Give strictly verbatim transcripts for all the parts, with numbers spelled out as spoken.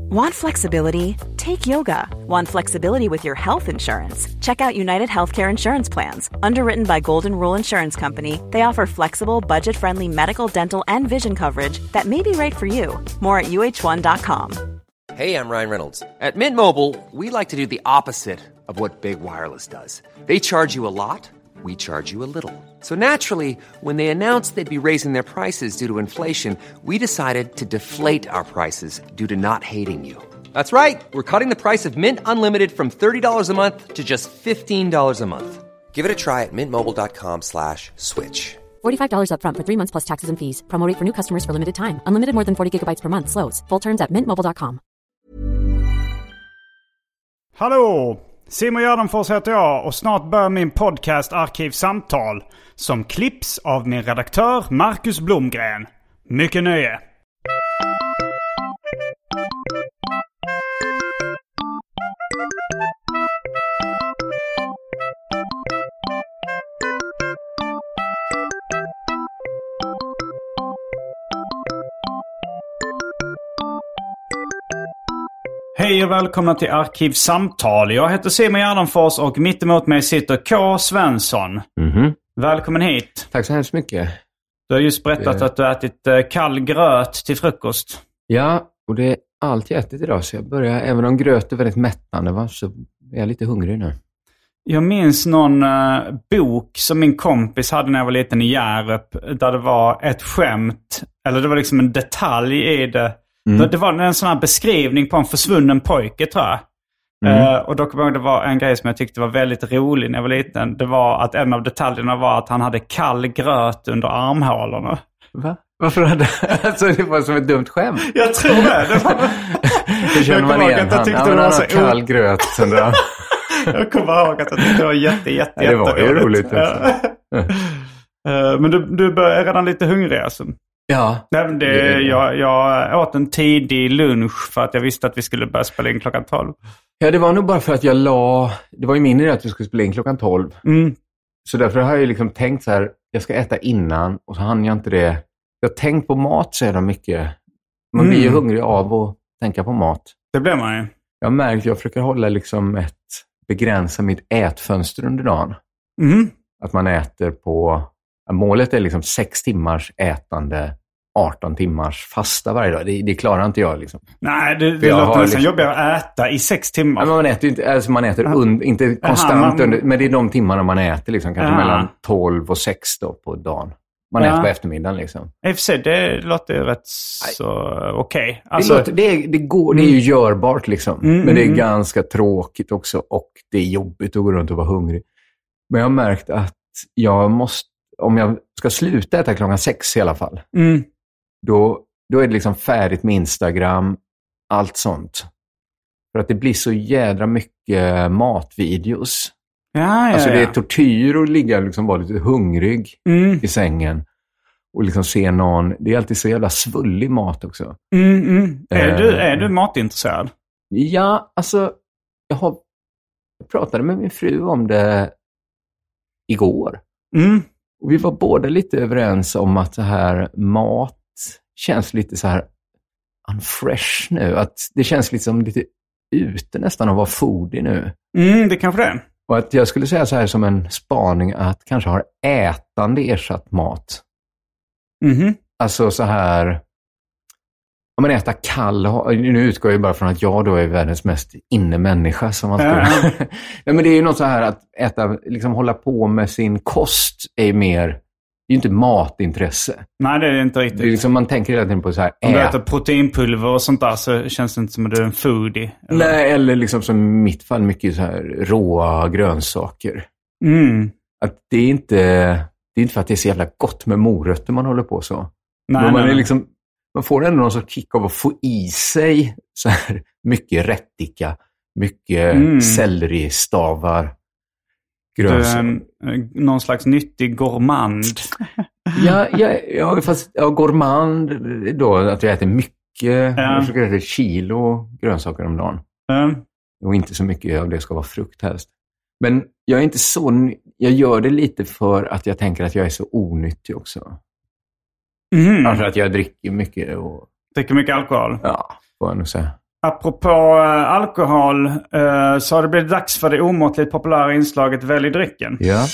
Want flexibility? Take yoga. Want flexibility with your health insurance? Check out United Healthcare Insurance Plans. Underwritten by Golden Rule Insurance Company, they offer flexible, budget-friendly medical, dental, and vision coverage that may be right for you. More at U H one dot com. Hey, I'm Ryan Reynolds. At Mint Mobile, we like to do the opposite of what Big Wireless does. They charge you a lot, we charge you a little. So naturally, when they announced they'd be raising their prices due to inflation, we decided to deflate our prices due to not hating you. That's right. We're cutting the price of Mint Unlimited from thirty dollars a month to just fifteen dollars a month. Give it a try at mintmobile.com slash switch. forty-five dollars up front for three months plus taxes and fees. Promo rate for new customers for limited time. Unlimited more than forty gigabytes per month. Slows full terms at mint mobile dot com. Hallå! Simon Gärdenfors heter jag och snart börjar min podcast Arkivsamtal som klipps av min redaktör Marcus Blomgren. Mycket nöje! Hej och välkomna till Arkivsamtal. Jag heter Simon Gärdenfors och mitt emot mig sitter K. Svensson. Mm-hmm. Välkommen hit. Tack så hemskt mycket. Du har just berättat det... att du ätit uh, kall gröt till frukost. Ja, och det är allt jag ätit idag. Så jag börjar, även om gröt är väldigt mättande, va, så är jag lite hungrig nu. Jag minns någon uh, bok som min kompis hade när jag var liten i Hjärup. Där det var ett skämt, eller det var liksom en detalj i det. Mm. Det var en sån här beskrivning på en försvunnen pojke, tror jag. Mm. Uh, och då kom jag ihåg, det var en grej som jag tyckte var väldigt rolig när jag var liten. Det var att en av detaljerna var att han hade kall gröt under armhålorna. Va? Varför hade alltså det var som ett dumt skämt? Jag tror det. Det, var... det känner man igen. Han, jag han, det var så kall o... gröt under arm. Jag kommer ihåg att jag tyckte det var jätte, jätte, ja, det var ju roligt. uh, men du, du är redan lite hungrig alltså. Ja. Nej, det, det, jag, jag åt en tidig lunch för att jag visste att vi skulle börja spela in klockan tolv. Ja, det var nog bara för att jag la... Det var ju min idé att vi skulle spela in klockan tolv. Mm. Så därför har jag liksom tänkt så här, jag ska äta innan och så hann jag inte det. Jag har tänkt på mat så är det mycket. Man mm. blir ju hungrig av att tänka på mat. Det blir man ju. Jag har märkt att jag försöker hålla liksom ett... begränsa mitt ätfönster under dagen. Mm. Att man äter på... Målet är liksom sex timmars ätande, arton timmars fasta varje dag. Det, det klarar inte jag liksom. Nej, det, det låter nästan liksom... jobbigt att äta i sex timmar. Ja, men man äter inte, alltså man äter und, inte konstant Aha, man... under, men det är de timmarna man äter liksom. Kanske Aha. mellan tolv och sex då på dagen. Man ja. äter på eftermiddagen liksom. I och för sig, det låter rätt så okej. Okay. Alltså... Det, det, är, det, går, det är ju görbart liksom. Mm, men det är mm, ganska tråkigt också. Och det är jobbigt att gå runt och vara hungrig. Men jag har märkt att jag måste, om jag ska sluta äta klockan sex i alla fall. Mm. Då, då är det liksom färdigt med Instagram. Allt sånt. För att det blir så jädra mycket matvideos. Ja, ja, alltså det är ja. tortyr att ligga liksom vara lite hungrig mm. i sängen. Och liksom se någon... Det är alltid så jävla svullig mat också. Mm, mm. Är, eh, du, är du matintresserad? Ja, alltså... Jag, har, jag pratade med min fru om det igår. Mm. Och vi var båda lite överens om att det här mat känns lite så här unfresh nu. Att det känns liksom lite ute nästan att vara foodie nu. Mm, det kanske det är. Och att jag skulle säga så här som en spaning att kanske har ätande ersatt mat. Mhm. Alltså så här... Om man äter kall... Nu utgår jag bara från att jag då är världens mest inne-människa. Som man skulle... Ja. Nej, men det är ju något så här att äta, liksom hålla på med sin kost är mer... Det är ju inte matintresse. Nej, det är inte riktigt. Det är liksom, man tänker hela tiden på så här... Om du äter proteinpulver och sånt där så känns det inte som att du är en foodie. Eller? Nej, eller liksom som i mitt fall mycket så här råa grönsaker. Mm. Att det är inte... Det är inte för att det är så jävla gott med morötter man håller på så. Nej, men man nej, är liksom... Man får ändå någon sorts kick av att få i sig så här mycket rättika, mycket mm. selleristavar, grönsaker. Du, någon slags nyttig gourmand. ja, ja, ja, fast ja, gourmand då, att jag äter mycket, ja. jag försöker äta kilo grönsaker om dagen. Mm. Och inte så mycket av det ska vara frukt helst. Men jag är inte så, jag gör det lite för att jag tänker att jag är så onyttig också. Mm. Alltså att jag dricker mycket och... Dricker mycket alkohol? Ja, får jag nog säga. Apropå uh, alkohol uh, så har det blivit dags för det omåttligt populära inslaget Välj drycken. Ja.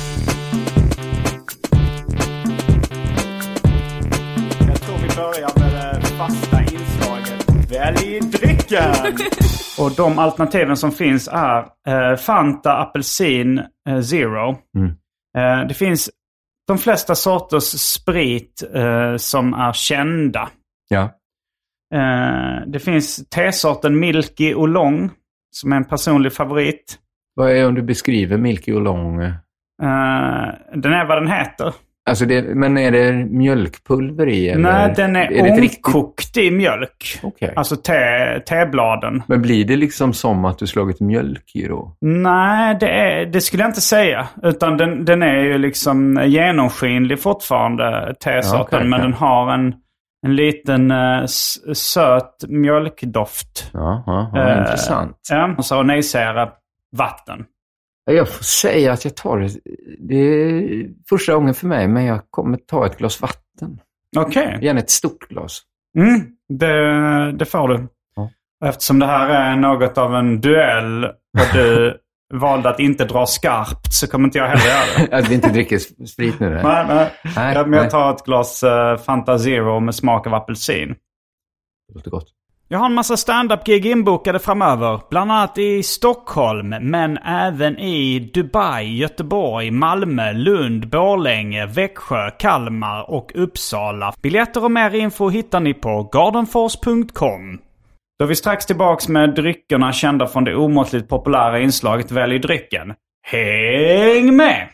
Jag tror vi börjar med det fasta inslaget Välj drycken. Och de alternativen som finns är uh, Fanta, apelsin, uh, zero. Mm. Uh, det finns de flesta sorters sprit uh, som är kända. Ja. Uh, det finns tesorten Milky Oolong som är en personlig favorit. Vad är om du beskriver Milky Oolong? Uh, den är vad den heter. Alltså det, men är det mjölkpulver i? Eller? Nej, den är, är omkokt riktigt... i mjölk. Okay. Alltså te, tebladen. Men blir det liksom som att du slagit mjölk i då? Nej, det, är, det skulle jag inte säga. Utan den, den är ju liksom genomskinlig fortfarande, tesorten. Ja, okay, men okay. Den har en... En liten uh, söt mjölkdoft. Ja, ja, ja, uh, intressant. Ja, och så nejsära vatten. Jag får säga att jag tar det. Det är första gången för mig, men jag kommer ta ett glas vatten. Okej. Okay. Gärna ett stort glas. Mm, det, det får du. Ja. Eftersom det här är något av en duell och du valde att inte dra skarpt så kommer inte jag heller göra det. Att vi inte dricker sprit nu. Nej, nej. nej jag, men jag tar ett glas uh, Fanta Zero med smak av apelsin. Det låter gott. Jag har en massa stand-up-gig inbokade framöver. Bland annat i Stockholm, men även i Dubai, Göteborg, Malmö, Lund, Borlänge, Växjö, Kalmar och Uppsala. Biljetter och mer info hittar ni på gardenfors punkt com. Då är vi strax tillbaks med dryckerna kända från det omåttligt populära inslaget Välj drycken. Häng med!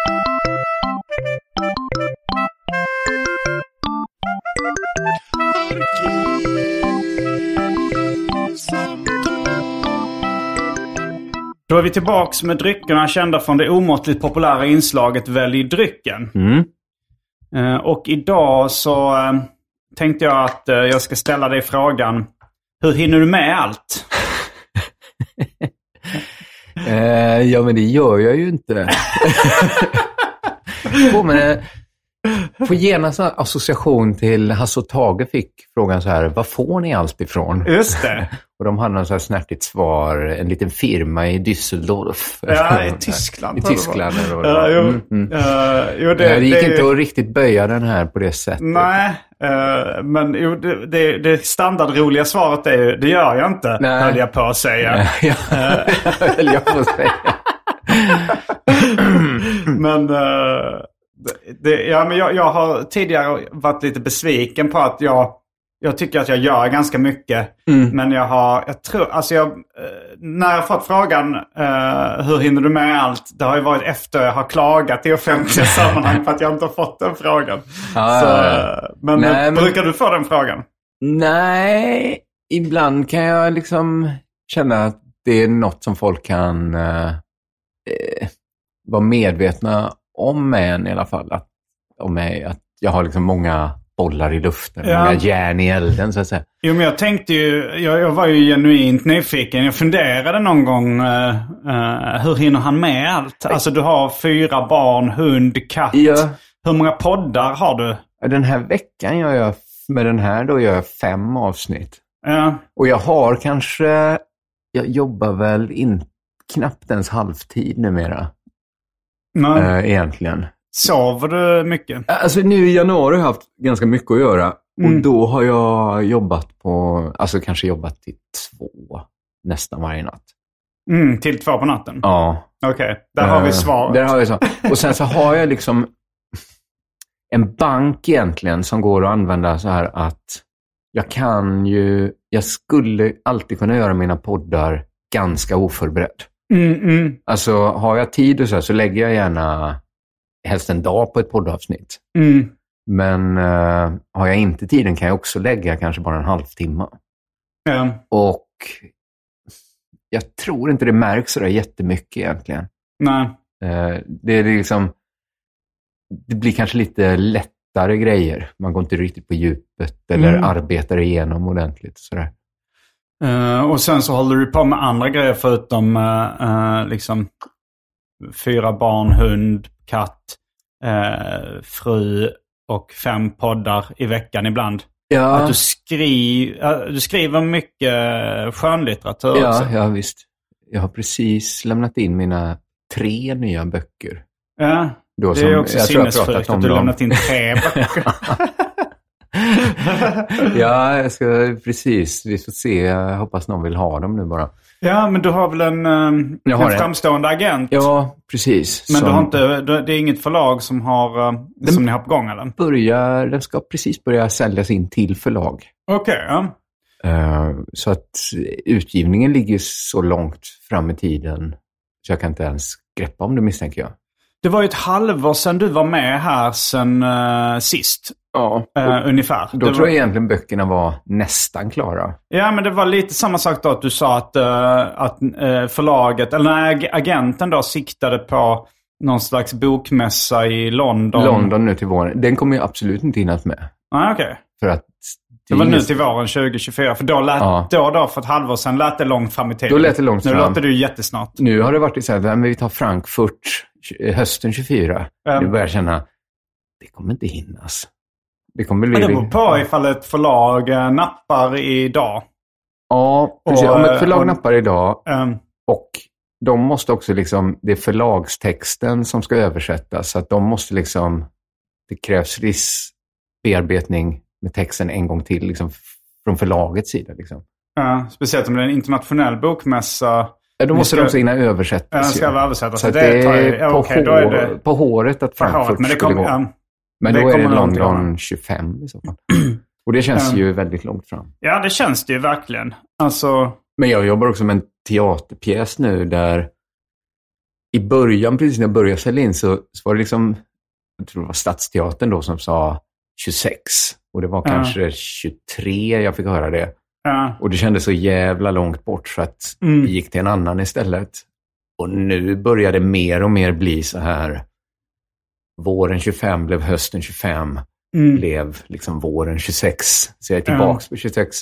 Då är vi tillbaks med dryckerna kända från det omåttligt populära inslaget Välj drycken. Mm. Uh, och idag så uh, tänkte jag att uh, jag ska ställa dig frågan: hur hinner du med allt? eh, ja, men det gör jag ju inte. På med Får genast en association till Hasse och Tage fick frågan så här: vad får ni allt ifrån? Just det. Och de hade en så här snärtigt svar, en liten firma i Düsseldorf. Ja, i Tyskland. I Tyskland. Ja, jo, mm, mm. Uh, jo, det, det gick det, inte att riktigt böja den här på det sättet. Nej, uh, men jo, det, det, det standardroliga svaret är ju, det gör jag inte, nej. Höll jag på att säga. Ja, höll jag på att säga. Men... Uh, Det, ja, men jag, jag har tidigare varit lite besviken på att jag, jag tycker att jag gör ganska mycket. Mm. Men jag har, jag tror, alltså jag, när jag har fått frågan uh, hur hinner du med allt? Det har ju varit efter jag har klagat i offentliga sammanhang för att jag inte har fått den frågan. Ah, Så, uh, men, nej, men brukar du få den frågan? Nej, ibland kan jag liksom känna att det är något som folk kan uh, eh, vara medvetna om mig i alla fall, att, om mig, att jag har liksom många bollar i luften, ja. Många järn i elden så att säga. Jo, men jag tänkte ju, jag, jag var ju genuint nyfiken. Jag funderade någon gång, uh, uh, hur hinner han med allt? Alltså du har fyra barn, hund, katt. Ja. Hur många poddar har du? Den här veckan gör jag, med den här då gör jag fem avsnitt. Ja. Och jag har kanske, jag jobbar väl in, knappt ens halvtid numera. Nej. Äh, egentligen. Sover du mycket? Alltså nu i januari har jag haft ganska mycket att göra. Mm. Och då har jag jobbat på, alltså kanske jobbat till två nästan varje natt. Mm, till två på natten? Ja. Okej, okay. Där äh, har vi svaret. Där har vi så. Och sen så har jag liksom en bank egentligen som går att använda så här att jag kan ju, jag skulle alltid kunna göra mina poddar ganska oförberedd. Mm, mm. Alltså har jag tid och så, så lägger jag gärna helst en dag på ett poddavsnitt. Mm. Men uh, har jag inte tiden kan jag också lägga kanske bara en halvtimme. Mm. Och jag tror inte det märks så där jättemycket egentligen. Nej. Uh, det är liksom, det blir kanske lite lättare grejer. Man går inte riktigt på djupet eller mm. arbetar igenom ordentligt sådär. Uh, och sen så håller du på med andra grejer förutom uh, uh, liksom fyra barn, hund, katt, uh, fru och fem poddar i veckan ibland. Ja. Att du, skri, du skriver mycket skönlitteratur ja, också. Ja, visst. Jag har precis lämnat in mina tre nya böcker. Ja, Då det som, är också sinnessjukt att du dem. lämnat in tre böcker. Ja, jag ska precis. Vi får se. Jag hoppas någon vill ha dem nu bara. Ja, men du har väl en, en framstående agent? Ja, precis. Men som... du har inte, det är inget förlag som, har, den som ni har på gång, eller? Börjar, den ska precis börja säljas in till förlag. Okej, okay, ja. Uh, så att utgivningen ligger så långt fram i tiden så jag kan inte ens greppa om det, misstänker jag. Det var ju ett halvår sedan du var med här sen uh, sist. Ja, uh, ungefär. Då det tror var... jag egentligen böckerna var nästan klara. Ja, men det var lite samma sak då att du sa att, uh, att uh, förlaget, eller nej, agenten då siktade på någon slags bokmässa i London. London nu till våren. Den kommer ju absolut inte hinnas med. Ah, okej. Okay. För att det var nu till våren tjugo tjugofyra. För då, lät, ja. då, då för ett halvår sedan lät det långt fram i tiden. Då lät det långt nu fram. Nu låter det ju jättesnart. Nu har det varit så här, men vi tar Frankfurt hösten tjugofyra. Um, nu börjar jag känna, det kommer inte hinnas. Det kommer bli... Men det beror på ifall ett förlag äh, nappar idag. Ja, precis. Och, om ett förlag och, nappar idag um, och de måste också liksom, det är förlagstexten som ska översättas. Så att de måste liksom, det krävs viss bearbetning med texten en gång till liksom, från förlagets sida. Liksom. Ja, speciellt om det är en internationell bokmässa. Ja, då måste ska, de också hinna översättas. Ja, ska vara översättas. Så, så det, det tar ju, är, på, okay, hår, då är det på håret att Frankfurt men det skulle kom, gå. Um, men det då är det London London tjugofem i så fall. Och det känns um, ju väldigt långt fram. Ja, det känns det ju verkligen. Alltså... Men jag jobbar också med en teaterpjäs nu där i början, precis när jag började sälja in så, så var det liksom, jag tror det var Stadsteatern då som sa tjugosex. Och det var ja. kanske tjugotre jag fick höra det. Ja. Och det kändes så jävla långt bort så att mm. vi gick till en annan istället. Och nu börjar det mer och mer bli så här. Våren tjugofem blev hösten tjugofem. Mm. Blev liksom våren tjugosex. Så jag är tillbaka ja. på tjugosex.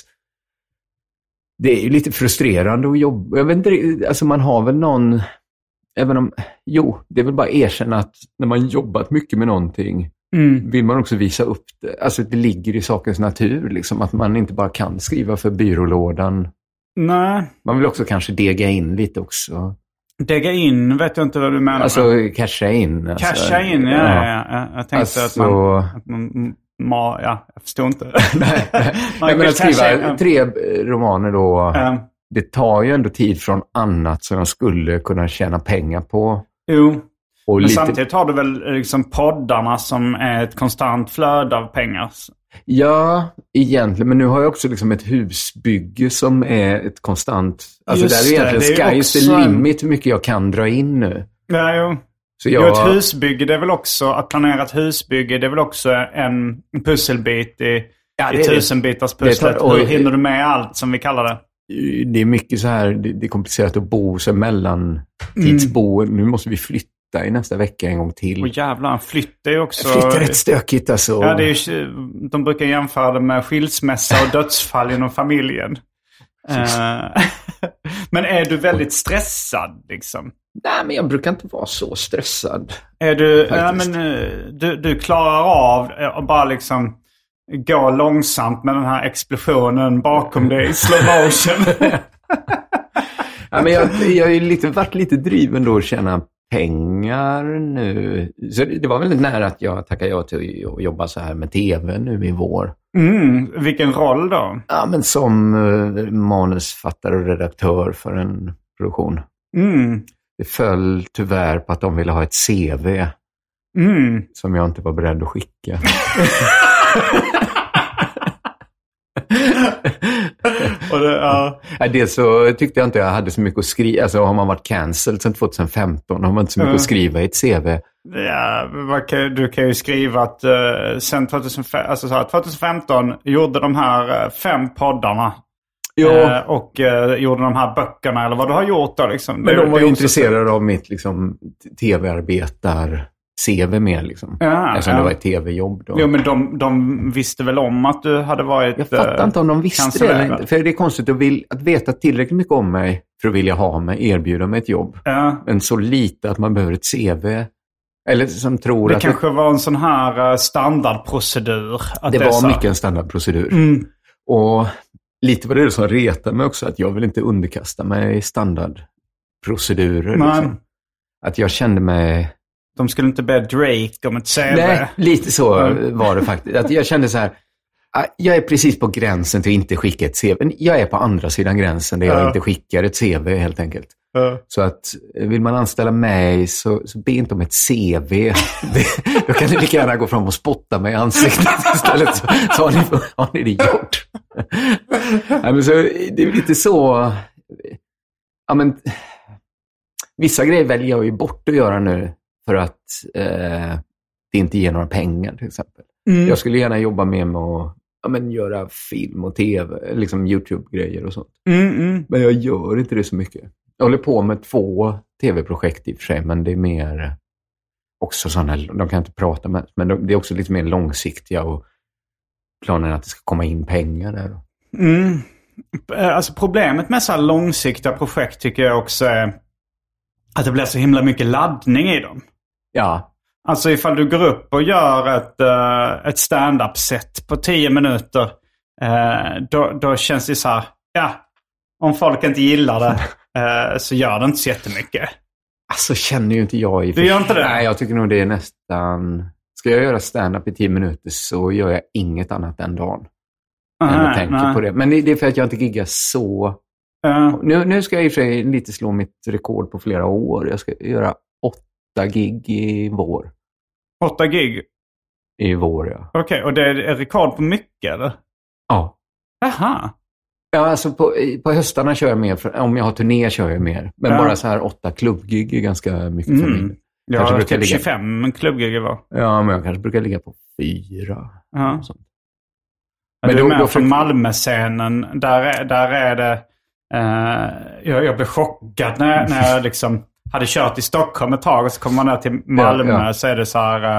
Det är ju lite frustrerande att jobba. Jag vet inte, alltså man har väl någon... Även om, jo, det är väl bara erkänna att när man jobbat mycket med någonting mm. vill man också visa upp det. Alltså det ligger i sakens natur liksom, att man inte bara kan skriva för byrålådan. Nej. Man vill också kanske dega in lite också. Dega in, vet jag inte vad du menar. Alltså casha in. Alltså, casha in, ja. ja. ja, ja. Jag tänkte alltså, att man... Att man ma, ja, jag förstår inte. nej, nej. Jag menar skriva tre romaner då... Um. Det tar ju ändå tid från annat som jag skulle kunna tjäna pengar på. Jo, och men lite... samtidigt har du väl liksom poddarna som är ett konstant flöde av pengar. Ja, egentligen. Men nu har jag också liksom ett husbygge som är ett konstant... Alltså just där är egentligen det, sky is the limit hur mycket jag kan dra in nu. Ja, jo. Så jag... Jo, ett husbygge, det är väl också... Att planera ett husbygge, det är väl också en pusselbit i, ja, i tusenbitars pusslet. Och... Hur hinner du med allt som vi kallar det? Det är mycket så här, det är komplicerat att bo så mellan tidsbo. Mm. Nu måste vi flytta i nästa vecka en gång till. Och jävlar, flytta är ju också... Flytta är rätt stökigt alltså. Ja, det är ju, de brukar jämföra det med skilsmässa och dödsfall inom familjen. Men är du väldigt stressad liksom? Nej, men jag brukar inte vara så stressad. Är du, ja, men, du, du klarar av att bara liksom... gå långsamt med den här explosionen bakom dig i slow motion. ja, men jag jag har ju lite, varit lite driven då att tjäna pengar nu. Så det var väldigt nära att jag tackade ja till att jobba så här med tv nu i vår. Mm, vilken roll då? Ja, men som uh, manusfattare och redaktör för en produktion. Mm. Det föll tyvärr på att de ville ha ett C V mm. som jag inte var beredd att skicka. och det, ja. det så tyckte jag inte jag hade så mycket att skriva. Alltså har man varit cancelled sedan tjugohundrafemton har man inte så mycket mm. att skriva i ett C V. Ja, du kan ju skriva att uh, sen tjugohundrafemton, alltså så här, tjugohundrafemton gjorde de här uh, fem poddarna. Uh, och uh, gjorde de här böckerna eller vad du har gjort då liksom. Men det, de var ju intresserade av mitt liksom tv-arbetar C V med liksom. Ja, eftersom ja. det var ett tv-jobb då. Jo, men de, de visste väl om att du hade varit Jag fattar inte om de visste det eller inte. För det är konstigt att, vill, att veta tillräckligt mycket om mig för att vilja ha mig, erbjuda mig ett jobb. Ja. Men så lite att man behöver ett C V. Eller som tror det att... Det kanske var en sån här standardprocedur. Att det, det var så... mycket en standardprocedur. Mm. Och lite var det som retar mig också, att jag vill inte underkasta mig standardprocedurer. Liksom. Att jag kände mig... De skulle inte be Drake om ett C V. Nej, lite så mm. var det faktiskt. Att jag kände så här, jag är precis på gränsen till att inte skicka ett C V. Jag är på andra sidan gränsen där jag ja. inte skickar ett C V helt enkelt. Ja. Så att vill man anställa mig så, så be inte om ett C V. Det, då kan ni lika gärna gå fram och spotta mig i ansiktet istället, så, så har, ni, har ni det gjort. Ja, men så, det är lite så... Ja, men, vissa grejer väljer jag ju bort att göra nu för att eh, det inte ger några pengar till exempel. Mm. Jag skulle gärna jobba mer med att ja, men, göra film och tv, liksom YouTube-grejer och sånt. Mm, mm. Men jag gör inte det så mycket. Jag håller på med två tv-projekt i och för sig, men det är mer också sådana, de kan inte prata med, men det är också lite mer långsiktiga och planen att det ska komma in pengar där. Mm. Alltså problemet med så här långsiktiga projekt tycker jag också är att det blir så himla mycket laddning i dem. Ja. Alltså ifall du går upp och gör ett, uh, ett stand-up-set på tio minuter, uh, då, då känns det så här, ja, om folk inte gillar det uh, så gör det inte så jättemycket. Alltså känner ju inte jag i... Du gör inte det? Nej, jag tycker nog det är nästan... Ska jag göra stand-up i tio minuter så gör jag inget annat än dagen. Uh, jag tänker nej. på det. Men det är för att jag inte giggar så... Uh. Nu, nu ska jag i och för sig lite slå mitt rekord på flera år. Jag ska göra åtta gig i vår. Åtta gig? I vår, ja. Okej, okay, och det är rekord på mycket, eller? Ja. Aha. Ja, alltså på, på höstarna kör jag mer. För, om jag har turné kör jag mer. Men ja. bara så här åtta klubbgig är ganska mycket mm. för mig. Ja, kanske brukar typ tjugofem ligga... klubbgig var. Ja, men jag kanske brukar ligga på fyra. Ja. Men du är med från Malmö-scenen. Där är, där är det... Uh, jag, jag blev chockad när, när jag liksom hade kört i Stockholm ett tag och så kommer man ner till Malmö ja, ja. så är det så här...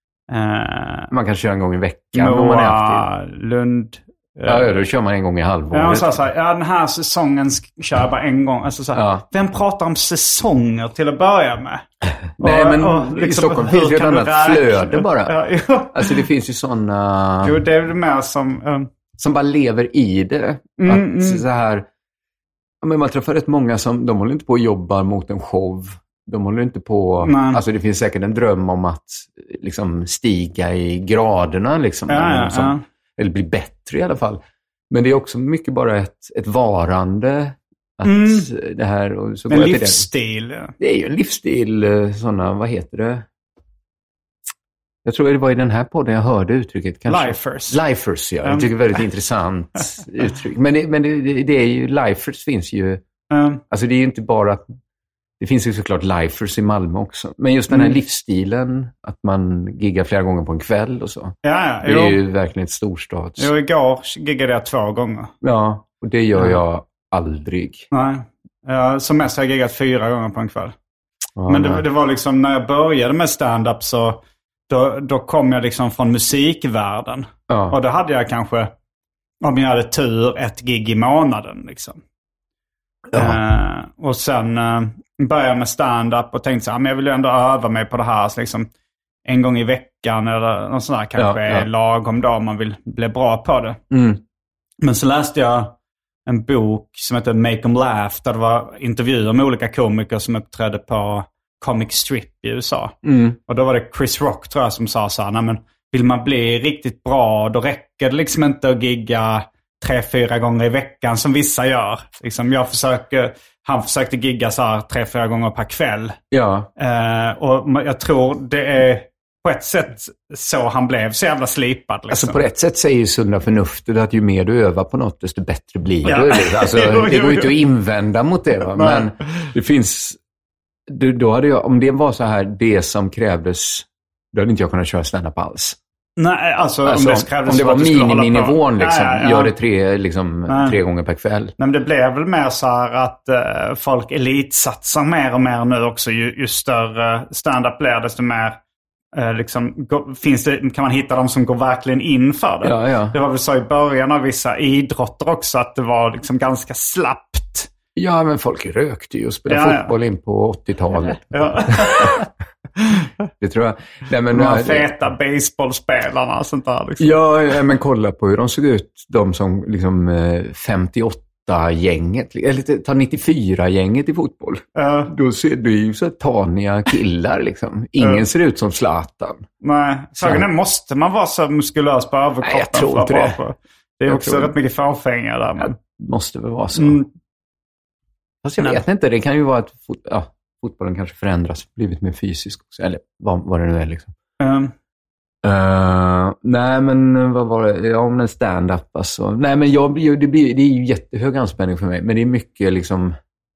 Uh, man kan köra en gång i veckan Moa, om man är aktiv. Lund... Ja, ja, då kör man en gång i halvåret. Ja, så, så här, ja, den här säsongen kör jag bara en gång. Alltså, så här, ja. Vem pratar om säsonger till att börja med? Nej, och, men och, liksom, i Stockholm finns ju ett annat flöde bara. Ja, ja. Alltså det finns ju sådana... Jo, det är det mer som... Um... Som bara lever i det. Mm, att mm. så här... Ja, men man träffar rätt många som... De håller inte på att jobba mot en show. De håller inte på... Nej. Alltså det finns säkert en dröm om att liksom stiga i graderna liksom. Ja, eller, ja, som, ja. eller bli bättre i alla fall. Men det är också mycket bara ett, ett varande. Att mm. det här, och så en livsstil. Det. Ja. det är ju en livsstil. Sådana, vad heter det? Jag tror det var i den här podden jag hörde uttrycket. Kanske. Lifers. Lifers, ja. Jag tycker det är väldigt intressant uttryck. Men, det, men det, det är ju, lifers finns ju. Mm. Alltså det är ju inte bara att, det finns ju såklart lifers i Malmö också. Men just den här mm. livsstilen, att man giggar flera gånger på en kväll och så. Ja, ja. Det Jo. är ju verkligen ett storstads... Jo, igår giggade jag två gånger. Ja, och det gör jag aldrig. Nej, ja, som mest har jag giggat fyra gånger på en kväll. Ja, men det, det var liksom, när jag började med stand-up så då, då kom jag liksom från musikvärlden. Ja. Och då hade jag kanske, om jag hade tur, ett gig i månaden liksom. Uh, och sen uh, började jag med stand-up och tänkte så här, men jag vill ju ändå öva mig på det här så liksom, en gång i veckan eller något sånt där kanske ja, ja. är lagom då om man vill bli bra på det. Mm. Men så läste jag en bok som heter Make 'em Laugh där det var intervjuer med olika komiker som uppträdde på Comic Strip i U S A. Mm. Och då var det Chris Rock tror jag som sa så här, nej men vill man bli riktigt bra då räcker det liksom inte att gigga tre, fyra gånger i veckan som vissa gör. Liksom jag försöker, han försökte gigga så här tre, fyra gånger per kväll. Ja. Eh, och jag tror det är på ett sätt så han blev så jävla slipad. Liksom. Alltså på ett sätt säger ju sunda förnuftet att ju mer du övar på något desto bättre blir ja. du. Alltså, jo, det går ju inte att invända mot det. Va? Men det finns... Då hade jag, om det var så här det som krävdes, då hade inte jag kunnat köra stand-up alls. Nej, alltså, alltså om det, krävdes om det var miniminivån liksom, ja, ja, ja. gör det tre, liksom, tre gånger per kväll. Nej, men det blev väl mer så här att uh, folk elitsatsar mer och mer nu också. Ju, ju större stand-up blir, desto mer uh, liksom, gå, finns det, kan man hitta dem som går verkligen in för det. Ja, ja. Det var väl så i början av vissa idrotter också att det var liksom ganska slappt. Ja, men folk rökte ju och spelade ja, fotboll ja. in på åttiotalet. Ja. Det tror jag. Nej, men, de här feta baseballspelarna och sånt där. Liksom. Ja, men kolla på hur de såg ut. De som liksom femtioåtta-gänget. Eller ta nittiofyra-gänget i fotboll. Uh. Då ser du ju så taniga killar liksom. Ingen uh. ser ut som Zlatan. Nej, frågan är, måste man vara så muskulös på överkroppen? Nej, jag tror inte det. På? Det är jag också tror... rätt mycket fåfänga där. Men... Ja, måste väl vara så. Mm. Fast jag Nej. vet inte, det kan ju vara att fot- ja, fotbollen kanske förändras, blivit mer fysisk också, eller vad, vad det nu är liksom. Mm. Uh, nej men vad var det, ja, om en stand-up alltså. Nej men jag, det, blir, det är ju jättehög anspänning för mig, men det är mycket liksom.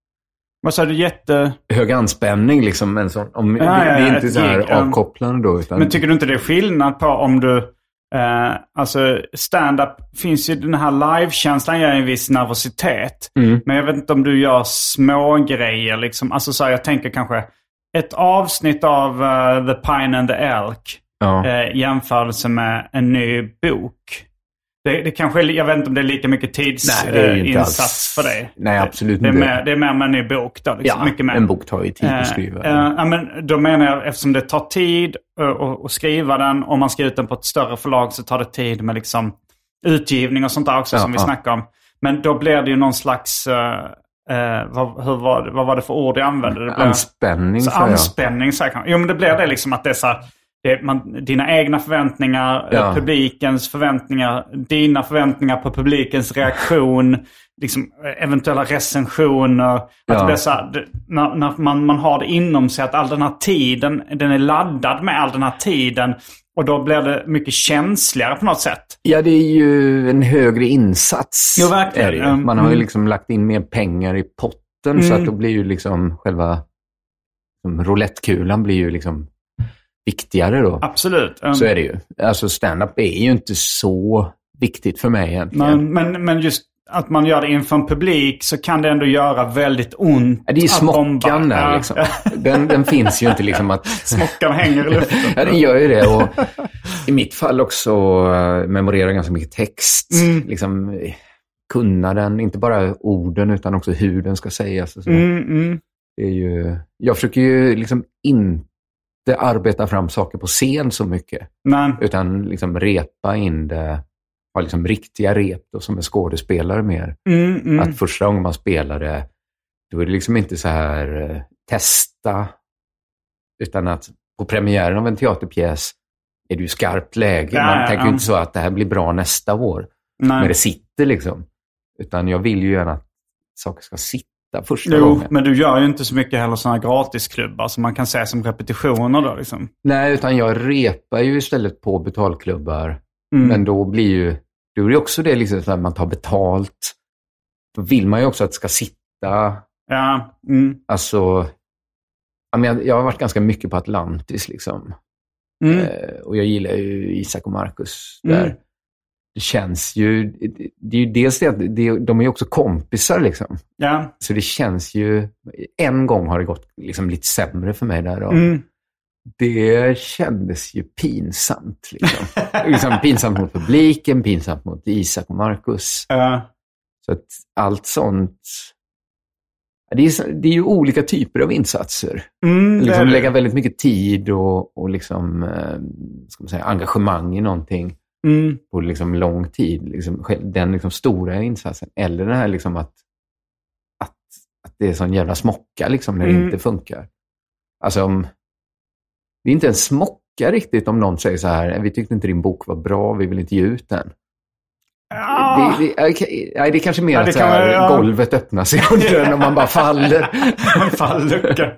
Vad sa du, jätte... hög anspänning liksom, men så, om, ja, det, det är ja, inte så här gig, avkopplande då. Utan... Men tycker du inte det är skillnad på om du Uh, alltså stand-up finns ju den här live-känslan, gör en viss nervositet. Mm. Men jag vet inte om du gör små grejer liksom. Alltså så här, jag tänker kanske ett avsnitt av uh, The Pine and the Elk ja. uh, jämförelse med en ny bok. Det, det kanske, jag vet inte om det är lika mycket tidsinsats uh, för dig. Nej, absolut det, det inte. Är mer, det är mer med en ny bok då. Liksom, ja, mycket mer. En bok tar ju tid uh, att skriva. Uh, uh, ja, men då menar jag, eftersom det tar tid att skriva den, om man ska ut den på ett större förlag så tar det tid med liksom utgivning och sånt där också ja, som vi ja. snackar om. Men då blir det ju någon slags... Uh, uh, vad, hur var det, vad var det för ord jag använde? Det blir, anspänning, så jag. Anspänning, så här, jo, men det blir det liksom att det är så här, det, man, dina egna förväntningar, ja. publikens förväntningar, dina förväntningar på publikens reaktion, liksom eventuella recensioner. Att ja. det blir så här, det, när, när man, man har det inom sig att all den här tiden, den är laddad med all den här tiden. Och då blir det mycket känsligare på något sätt. Ja, det är ju en högre insats. Jo, verkligen. Mm. Man har ju liksom lagt in mer pengar i potten mm. så att då blir ju liksom själva liksom, roulettekulan blir ju liksom viktigare då. Absolut. Um, så är det ju. Alltså stand-up är ju inte så viktigt för mig egentligen. Men, men, men just att man gör det inför en publik så kan det ändå göra väldigt ont. Ja, det är smockan där liksom. Den, den finns ju inte liksom att... Smockan hänger i luften. Ja, den gör ju det. Och i mitt fall också uh, memorera ganska mycket text. Mm. Liksom kunna den, inte bara orden utan också hur den ska sägas. Och så. Mm, mm. Det är ju... Jag försöker ju liksom inte arbeta fram saker på scen så mycket. Nej. Utan liksom repa in det, ha liksom riktiga rep då, som en skådespelare mer. Mm, mm. Att första gången man spelar det, då är det liksom inte så här uh, testa, utan att på premiären av en teaterpjäs är det ju skarpt läge. Ja, man ja, tänker ju ja. inte så att det här blir bra nästa år. Nej. Men det sitter liksom. Utan jag vill ju gärna att saker ska sitta första jo, gången. Men du gör ju inte så mycket heller sådana gratisklubbar som man kan se som repetitioner då liksom. Nej, utan jag repar ju istället på betalklubbar. Mm. Men då blir ju då är det också det liksom att man tar betalt. Då vill man ju också att det ska sitta. Ja. Mm. Alltså jag, jag har varit ganska mycket på Atlantis liksom. Mm. Eh, och jag gillar ju Isak och Marcus där. Mm. Det känns ju, det är ju dels det att det, de är ju också kompisar liksom. Ja. Så det känns ju, en gång har det gått liksom lite sämre för mig där. Och mm. det kändes ju pinsamt liksom. liksom. Pinsamt mot publiken, pinsamt mot Isak och Marcus. Ja. Så att allt sånt, det är, det är ju olika typer av insatser. Mm, liksom lägga väldigt mycket tid och, och liksom, ska man säga, engagemang i någonting. Mm. På liksom lång tid, liksom, den liksom stora insatsen, eller det här liksom att, att, att det är sån jävla smocka liksom när mm. det inte funkar. Alltså om, det är inte en smocka riktigt om någon säger så här: vi tyckte inte din bok var bra, vi vill inte ge ut den. Ja. Det, det, det, det är kanske mer ja, att så här, man, ja. golvet öppnas i hunden och man bara faller. Man faller.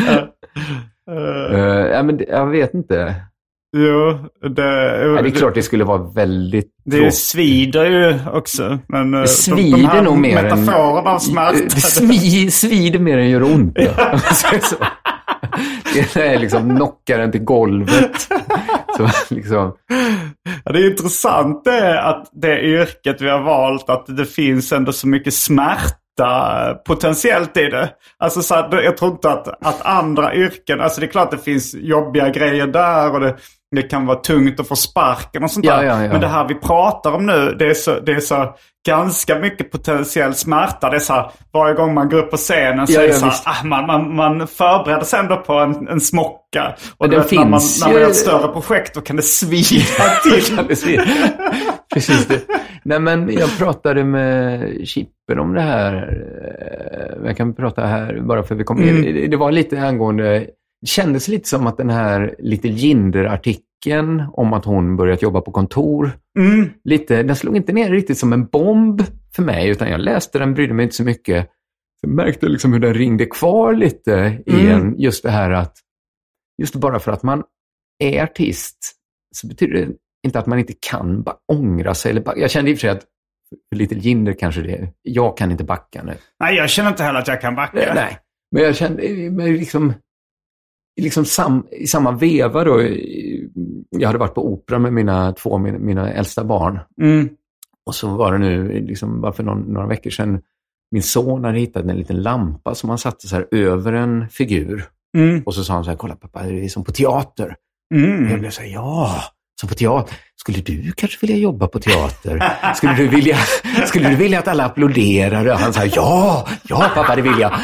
uh, ja, men jag vet inte. Jo, det, ja, det är klart det skulle vara väldigt det tråkigt. Svider ju också. Men det svider de, de här nog mer metaforerna än... av smärta. Det svider, svider mer än gör ont. Ja. så. Det är liksom knockar den till golvet. Så liksom... Ja, det är intressant det att det yrket vi har valt, att det finns ändå så mycket smärta potentiellt i det. Alltså så att, jag tror inte att, att andra yrken, alltså det är klart att det finns jobbiga grejer där och det, det kan vara tungt att få sparken och sånt ja, där. Ja, ja. Men det här vi pratar om nu, det är så, det är så ganska mycket potentiell smärta. Det är så här, varje gång man går upp på scenen så ja, är det ja, så här, ah, man, man, man förbereder sig ändå på en, en smocka. Och det vet, finns när, man, ju... när man gör ett större projekt då kan det svida till. det svida. Precis det. Nej, men jag pratade med Chippen om det här. Jag kan prata här bara för vi kom in. Mm. Det var lite angående... Det kändes lite som att den här Little Jinder-artikeln om att hon börjat jobba på kontor. Mm. Lite, den slog inte ner riktigt som en bomb för mig, utan jag läste den, brydde mig inte så mycket. Jag märkte liksom hur den ringde kvar lite i Mm. en, just det här att just bara för att man är artist så betyder det inte att man inte kan bara ångra sig. Eller bara, jag kände i och för sig att för Little Jinder kanske det, jag kan inte backa nu. Nej, jag känner inte heller att jag kan backa. Nej, nej. Men jag kände men liksom liksom sam, i samma veva då, jag hade varit på opera med mina två mina, mina äldsta barn. Mm. Och så var det nu liksom bara för någon, några veckor sedan min son hade hittat en liten lampa som han satte så här över en figur. Mm. Och så sa han så här, kolla pappa, det är som på teater. Mm. Och jag blev så här, ja, som på teater. Skulle du kanske vilja jobba på teater? Skulle du vilja, skulle du vilja att alla applåderar? Och han sa, ja, ja pappa, det vill jag.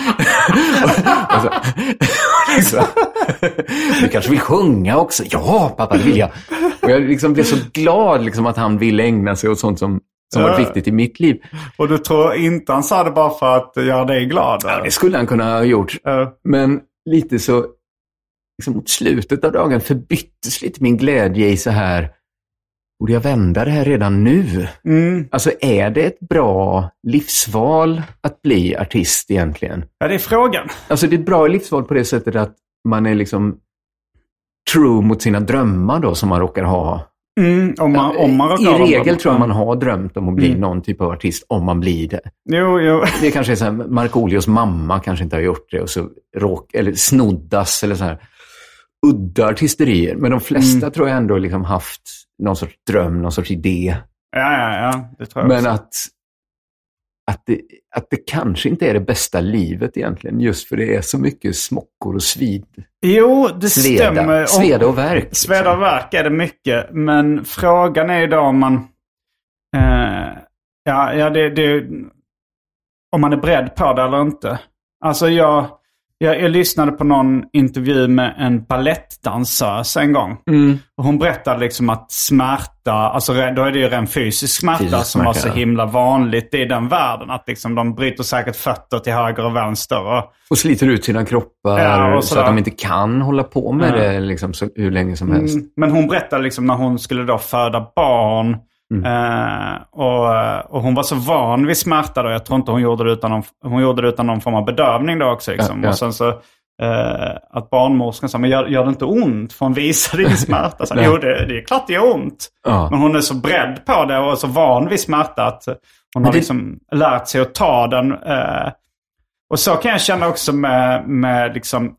och så, och så, du kanske vill sjunga också? Ja pappa, det vill jag. Och jag liksom blev så glad liksom, att han ville ägna sig åt sånt som som var viktigt i mitt liv. Och du tror inte han sa det bara för att göra dig glad? Ja, det skulle han kunna ha gjort. Uh. Men lite så liksom mot slutet av dagen förbyttes lite min glädje i så här, borde jag vända det här redan nu? Mm. Alltså är det ett bra livsval att bli artist egentligen? Ja, det är frågan. Alltså det är ett bra livsval på det sättet att man är liksom true mot sina drömmar då som man råkar ha. Mm, om man, om man I regel tror jag man har drömt om att bli mm. någon typ av artist om man blir det. Jo, jo. Det kanske är så här, Markoolios mamma kanske inte har gjort det och så råk, eller snoddas eller så här udda artisterier. Men de flesta mm. tror jag ändå liksom haft någon sorts dröm, någon sorts idé. Ja, ja, ja. Det tror jag Men också. att, att, det, att det kanske inte är det bästa livet egentligen. Just för det är så mycket smockor och svid. Jo, det sveda. stämmer. Sveda och verk. Liksom. Sveda och verk är det mycket. Men frågan är idag om man... Eh, ja, ja det, det, om man är beredd på det eller inte. Alltså jag... Jag, jag lyssnade på någon intervju med en ballettdansös en gång. Mm. Och hon berättade liksom att smärta, alltså då är det ju en fysisk smärta fysisk som smärta, var så himla vanligt i den världen. Att liksom de bryter säkert fötter till höger och vänster. Och, och sliter ut sina kroppar ja, så att de inte kan hålla på med ja. det liksom så, hur länge som helst. Mm. Men hon berättade liksom när hon skulle då föda barn. Mm. Uh, och, och hon var så van vid smärta då. Jag tror inte hon gjorde det utan någon, hon gjorde det utan någon form av bedövning då också liksom. Ja, ja. Och sen så uh, att barnmorskan sa, men gör, gör det inte ont? För hon visade din smärta. Så, jo, det, det är klart det gör ont. Ja. Men hon är så beredd på det och så van vid smärta att hon men har det... liksom lärt sig att ta den. Uh, och så kan jag känna också med, med liksom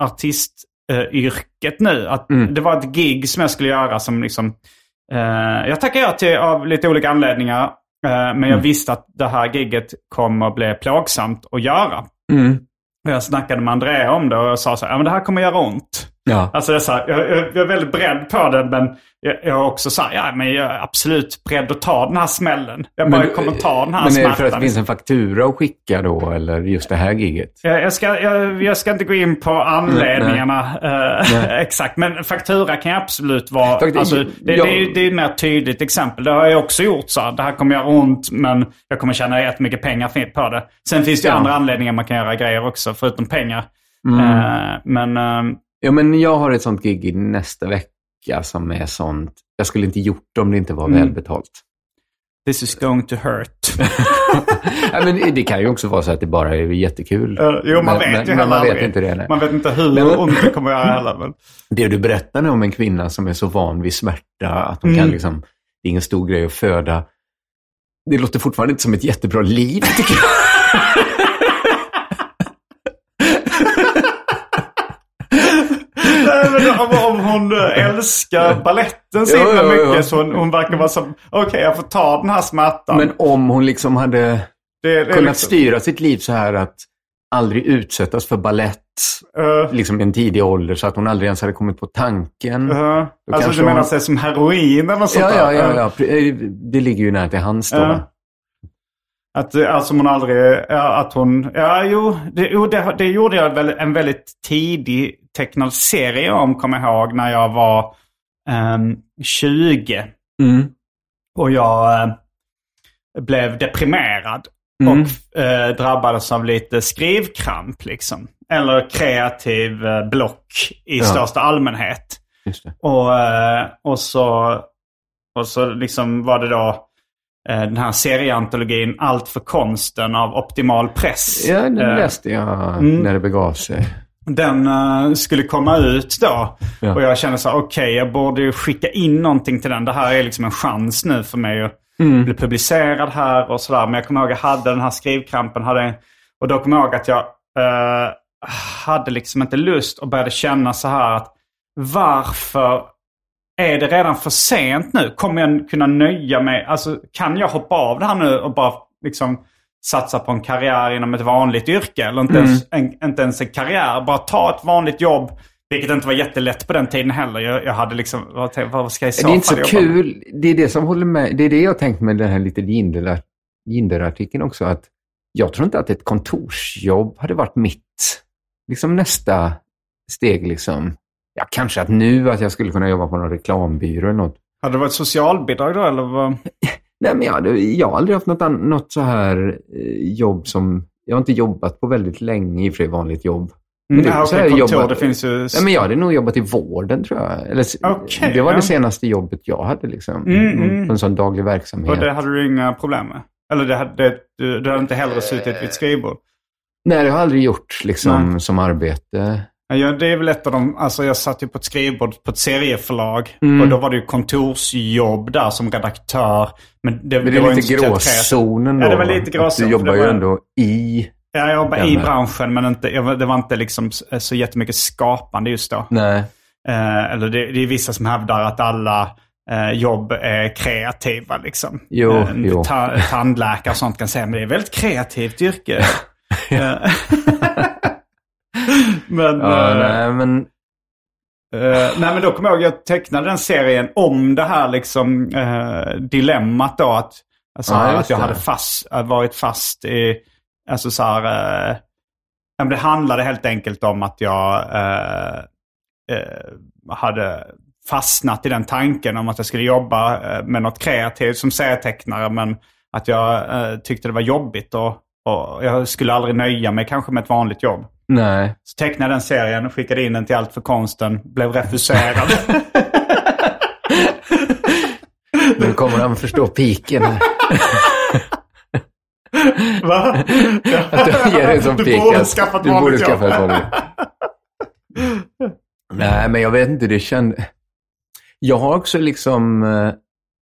artistyrket nu. Att mm. det var ett gig som jag skulle göra som liksom Uh, jag tackar ja till av lite olika anledningar. Uh, men mm. jag visste att det här gigget kommer att bli plågsamt att göra. Mm. Och jag snackade med Andrea om det och jag sa så här, ja men det här kommer att göra ont. Ja. Alltså det är så här, jag, jag, jag är väldigt beredd på det, men jag, jag har också sagt, ja men jag är absolut beredd att ta den här smällen. Jag bara men, kommer att ta den här men smärtan. Men är det för att det finns en faktura att skicka då, eller just det här gigget? Jag, jag, ska, jag, jag ska inte gå in på anledningarna nej, nej. Uh, exakt, men faktura kan absolut vara, Fakt, alltså, det, jag, det, är, det är ett mer tydligt exempel. Det har jag också gjort så. Det här kommer göra ont, men jag kommer tjäna jättemycket pengar på det. Sen finns det ja. andra anledningar man kan göra grejer också, förutom pengar. Mm. Uh, men... Uh, Ja, men jag har ett sånt gig i nästa vecka som är sånt. Jag skulle inte gjort det om det inte var mm. välbetalt. This is going to hurt. Ja, men det kan ju också vara så att det bara är jättekul. Uh, jo, man men, vet men, ju man vet inte det. Nej. Man vet inte hur men, ont det kommer att göra heller. Men... Det du berättar nu om en kvinna som är så van vid smärta att hon mm. kan liksom, det är ingen stor grej att föda. Det låter fortfarande inte som ett jättebra liv, tycker jag. Men om, om hon älskar balletten så himla mycket så hon, hon verkar vara som okej, okay, jag får ta den här smärtan. Men om hon liksom hade det, det kunnat liksom... styra sitt liv så här att aldrig utsättas för ballett uh. liksom i en tidig ålder så att hon aldrig ens hade kommit på tanken. Uh. Alltså du menar hon... sig som heroin eller sånt ja, där? Ja, ja, ja. Det ligger ju nära till hans då. Uh. Att alltså hon aldrig, ja, att hon, ja jo, det, jo det, det gjorde jag väl en väldigt tidig tecknad serie om, kommer jag ihåg, när jag var um, tjugo. Mm. Och jag uh, blev deprimerad. Mm. Och eh, drabbades av lite skrivkramp liksom. Eller kreativ eh, block i ja. största allmänhet. Just det. Och, eh, och så och så liksom var det då eh, den här serieantologin Allt för konsten av Optimal Press. Ja, den eh, läste jag mm. när det begav sig. Den uh, skulle komma ut då. Ja. Och jag kände så här, okej, okay, jag borde ju skicka in någonting till den. Det här är liksom en chans nu för mig att Mm. blev publicerad här och sådär. Men jag kommer ihåg att jag hade den här skrivkrampen. Hade, och då kommer jag ihåg att jag uh, hade liksom inte lust och började känna så här att varför är det redan för sent nu? Kommer jag kunna nöja mig? Alltså kan jag hoppa av det här nu och bara liksom satsa på en karriär inom ett vanligt yrke? Eller inte, mm. ens, en, inte ens en karriär. Bara ta ett vanligt jobb. Vilket inte var jättelätt på den tiden heller. Jag, jag hade liksom, vad, vad ska jag säga? Det är inte så kul. Det är det som håller med. Det är det jag tänkt med den här lite Ginder-artikeln också. Att jag tror inte att ett kontorsjobb hade varit mitt liksom nästa steg liksom. Ja, kanske att nu att jag skulle kunna jobba på någon reklambyrå eller något. Hade det varit socialbidrag då eller vad? Nej, men jag, hade, jag har aldrig haft något, an, något så här jobb som, jag har inte jobbat på väldigt länge i för vanligt jobb. Men det, mm, så okay, kontor, jobbat, det finns ju... Nej, men jag hade nog jobbat i vården tror jag. Eller, okay, det var ja. det senaste jobbet jag hade liksom. Mm, mm. På en sån daglig verksamhet. Och det hade du inga problem med? Eller det hade, det, du, du hade inte hellre suttit vid ett skrivbord? Nej, det har jag aldrig gjort liksom, Nej. som arbete. Ja, det är väl ett av dem. Alltså jag satt ju på ett skrivbord på ett serieförlag. Mm. Och då var det ju kontorsjobb där som redaktör. Men det, men det, det är var lite gråzonen då. Ja, det var lite gråzonen. Du jobbar ju var... ändå i... Ja, jag jobbar i branschen men inte, det var inte liksom så jättemycket skapande just då. Nej. Eh, eller det, det är vissa som hävdar att alla eh, jobb är kreativa liksom. Jo, eh, jo. Ta, tandläkare och sånt kan säga, men det är väldigt kreativt yrke. men, ja, eh, nej, men... Eh, nej, men då kommer jag ihåg att jag tecknade den serien om det här liksom eh, dilemmat då. Att, alltså, ja, att jag hade fast, varit fast i... Alltså så här, eh, det handlade helt enkelt om att jag eh, eh, hade fastnat i den tanken om att jag skulle jobba eh, med något kreativt som serietecknare, men att jag eh, tyckte det var jobbigt och, och jag skulle aldrig nöja mig kanske med ett vanligt jobb. Nej. Så tecknade den serien och skickade in den till Allt för konsten, blev refuserad. Nu kommer han förstå piken här. Va? Ja. Att du ger det som du pik. borde skaffa ett du vanligt borde skaffa jobb. ett vanligt. Nej, men jag vet inte. Det kände... Jag har också liksom eh,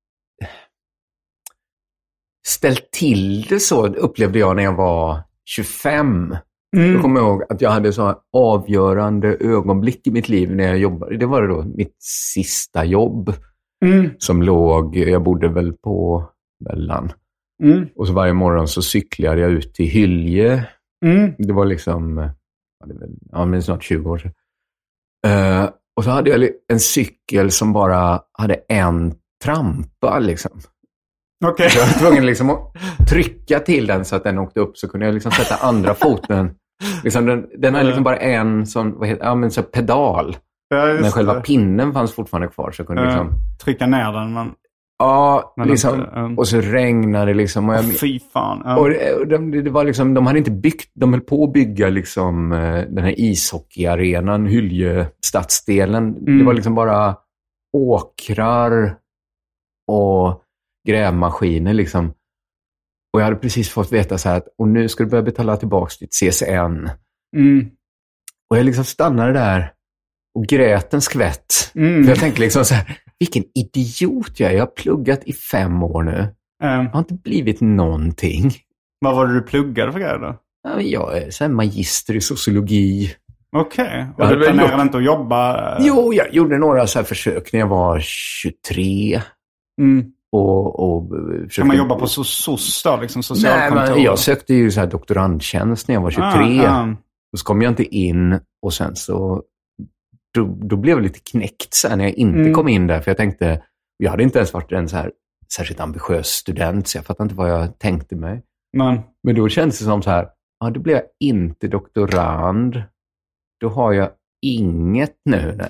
ställt till det så, upplevde jag när jag var tjugofem. Mm. Jag kommer ihåg att jag hade så avgörande ögonblick i mitt liv när jag jobbade. Det var då mitt sista jobb mm. som låg, jag bodde väl på Mellan. Mm. Och så varje morgon så cyklade jag ut till Hylje. Mm. Det var liksom, ja, det var, ja, men snart tjugo år sedan. Uh, och så hade jag en cykel som bara hade en trampa liksom. Okay. Så jag var tvungen liksom att trycka till den så att den åkte upp, så kunde jag liksom sätta andra foten. Liksom den, den hade liksom bara en sån, vad heter, ja, men så pedal. Ja, men själva det. Pinnen fanns fortfarande kvar, så jag kunde ja, liksom trycka ner den. Men... Ja, men liksom, inte, um... och så regnade det liksom. Och jag... oh, fy fan. Ja. Och det, och de, det var liksom, de hade inte byggt, de höll på att bygga liksom den här ishockeyarenan, Hylje stadsdelen. Mm. Det var liksom bara åkrar och grävmaskiner liksom. Och jag hade precis fått veta så här att, och nu ska du börja betala tillbaka ditt C S N. Mm. Och jag liksom stannade där och grät en skvätt. Mm. För jag tänkte liksom så här, vilken idiot jag är. Jag har pluggat i fem år nu. Mm. Jag har inte blivit någonting. Vad var det du pluggade för grejer då? Ja, jag är så här magister i sociologi. Okej. Okay. Och du planerade gjort... inte att jobba? Jo, jag gjorde några så här försök när jag var tjugotre. Mm. Och, och försökte... Kan man jobba på S O S då, liksom socialkontor? Nej, men jag sökte ju så här doktorandtjänst när jag var tjugotre. Ah, ah. Och så kom jag inte in och sen så... Då, då blev jag lite knäckt sen när jag inte mm. kom in där. För jag tänkte... Jag hade inte ens varit en så här särskilt ambitiös student, så jag fattar inte vad jag tänkte mig. Men, men då kändes det som så här... Ja, då blir jag inte doktorand. Då har jag inget nu. Nej.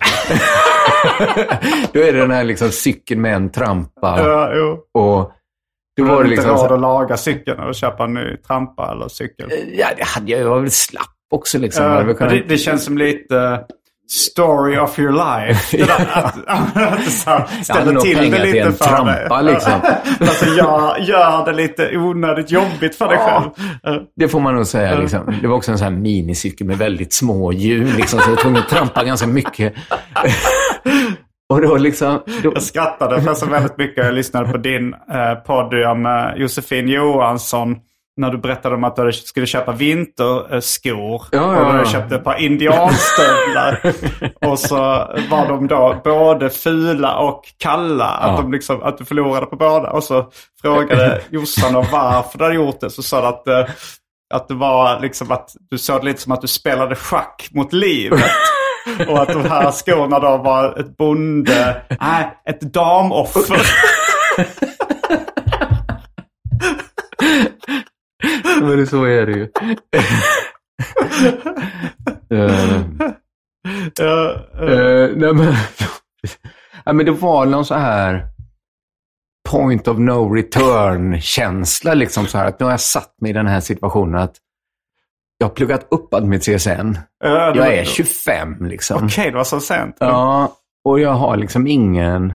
Då är det den här liksom cykeln med en trampa. Ja, jo. Och då var det liksom inte råd att laga cykeln och köpa en ny trampa eller cykel. Ja, det hade jag. Jag var väl slapp också liksom. Ja, kunnat... det, det känns som lite story of your life. Det där, att, att du ställer till det lite för trampa, dig. Liksom. Alltså jag gör det lite onödigt jobbigt för dig ja, själv. Det får man nog säga. Liksom. Det var också en sån här minicykel med väldigt små hjul. Liksom, så jag tvungen att trampa ganska mycket. Och då liksom, då... Jag skrattade för så väldigt mycket. Jag lyssnade på din eh, podd med Josefin Johansson när du berättade om att du skulle köpa vinterskor. Ja, ja, ja. Och du köpte ett par indianstövlar. Och så var de då både fula och kalla. Att, ja. de liksom, att du förlorade på båda. Och så frågade Jossan om varför du hade gjort det. Så sa du att, eh, att det var liksom att du såg det lite som att du spelade schack mot livet. Och att de här skorna då var ett bonde, nej, ett damoffer. Men så är det ju. uh, uh, uh, nej, men, ja, men det var någon så här point of no return-känsla. Liksom så här, att nu har jag satt mig i den här situationen att jag har pluggat upp med C S N. Uh, jag är tjugofem liksom. Okej, okay, det var så sent. Ja, och jag har liksom ingen...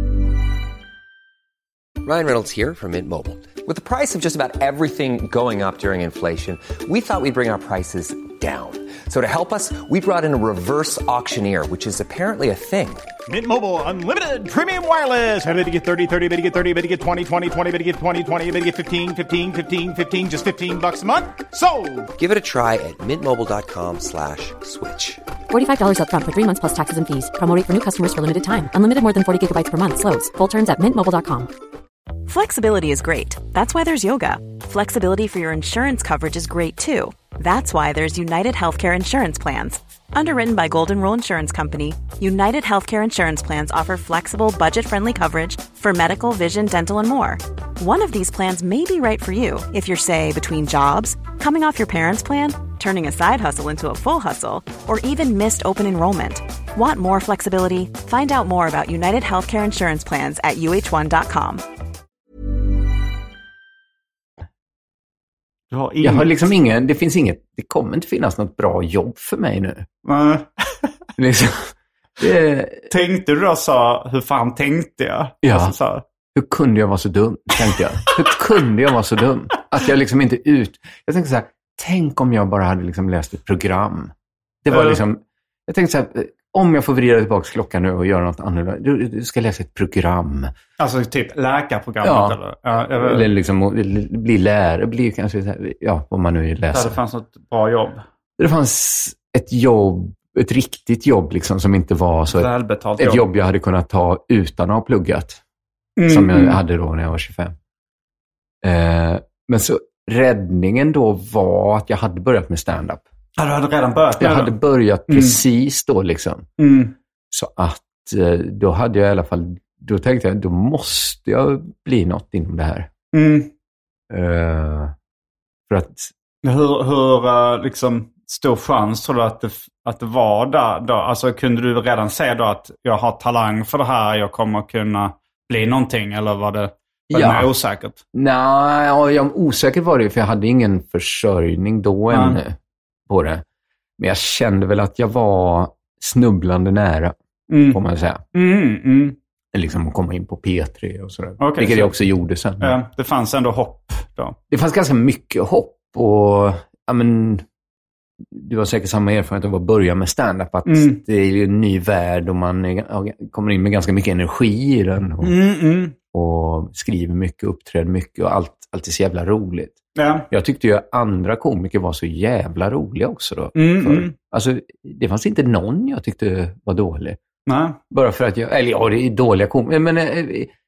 Ryan Reynolds here from Mint Mobile. With the price of just about everything going up during inflation, we thought we'd bring our prices down. So to help us, we brought in a reverse auctioneer, which is apparently a thing. Mint Mobile Unlimited Premium Wireless. How to get thirty, thirty, how to get thirty, how to get twenty, twenty, twenty, how to get twenty, twenty, how to get fifteen, fifteen, fifteen, fifteen, just fifteen bucks a month? Sold! Give it a try at mintmobile.com slash switch. forty-five dollars up front for three months plus taxes and fees. Promo rate for new customers for limited time. Unlimited more than forty gigabytes per month. Slows full terms at mint mobile dot com. Flexibility is great. That's why there's yoga. Flexibility for your insurance coverage is great too. That's why there's United Healthcare Insurance Plans. Underwritten by Golden Rule Insurance Company, United Healthcare Insurance Plans offer flexible, budget-friendly coverage for medical, vision, dental, and more. One of these plans may be right for you if you're, say, between jobs, coming off your parents' plan, turning a side hustle into a full hustle, or even missed open enrollment. Want more flexibility? Find out more about United Healthcare Insurance Plans at U H one dot com. Har ingen... Jag har liksom ingen, det finns inget, det kommer inte finnas något bra jobb för mig nu. Mm. liksom, det... Tänkte du då så, hur fan tänkte jag? Ja, alltså, så... hur kunde jag vara så dum, tänkte jag. Hur kunde jag vara så dum? Att jag liksom inte ut... Jag tänkte så här, tänk om jag bara hade liksom läst ett program. Det var mm. liksom, jag tänkte så här, om jag får vrida tillbaka klockan nu och göra något annorlunda. Du, du ska läsa ett program. Alltså typ läkarprogrammet ja. eller? Ja, eller, eller liksom bli lärare. Bli kanske så här, ja, om man nu läser. Det fanns något bra jobb. Det fanns ett jobb, ett riktigt jobb liksom som inte var så välbetalt ett, ett jobb. jobb jag hade kunnat ta utan att ha pluggat. Mm. Som jag hade då när jag var tjugofem. Eh, men så räddningen då var att jag hade börjat med stand-up. Ja, du hade redan börjat med Jag det. hade börjat Mm. precis då liksom. Mm. Så att då hade jag i alla fall, då tänkte jag, då måste jag bli något inom det här. Mm. Uh, för att... Hur, hur uh, liksom stor chans tror du att det, att det var där då? Alltså kunde du redan säga då att jag har talang för det här, jag kommer kunna bli någonting, eller var det, var ja. det mer osäkert? Nej, jag osäker var det för jag hade ingen försörjning då mm. ännu på det. Men jag kände väl att jag var snubblande nära, mm. får man säga. Mm, mm. Liksom att komma in på P tre och sådär. Okay, vilket så, jag också gjorde sen. Ja, det fanns ändå hopp då? Det fanns ganska mycket hopp och ja, men, du har säkert samma erfarenhet av att börja med stand-up. Att mm. det är en ny värld och man är, kommer in med ganska mycket energi i den. Och, mm, mm. och skriver mycket, uppträder mycket och allt, allt är så jävla roligt. Ja. Jag tyckte ju andra komiker var så jävla roliga också då. Mm, för, mm. Alltså, det fanns inte någon jag tyckte var dålig. Nej. Bara för att jag, eller ja, det är dåliga komiker. Men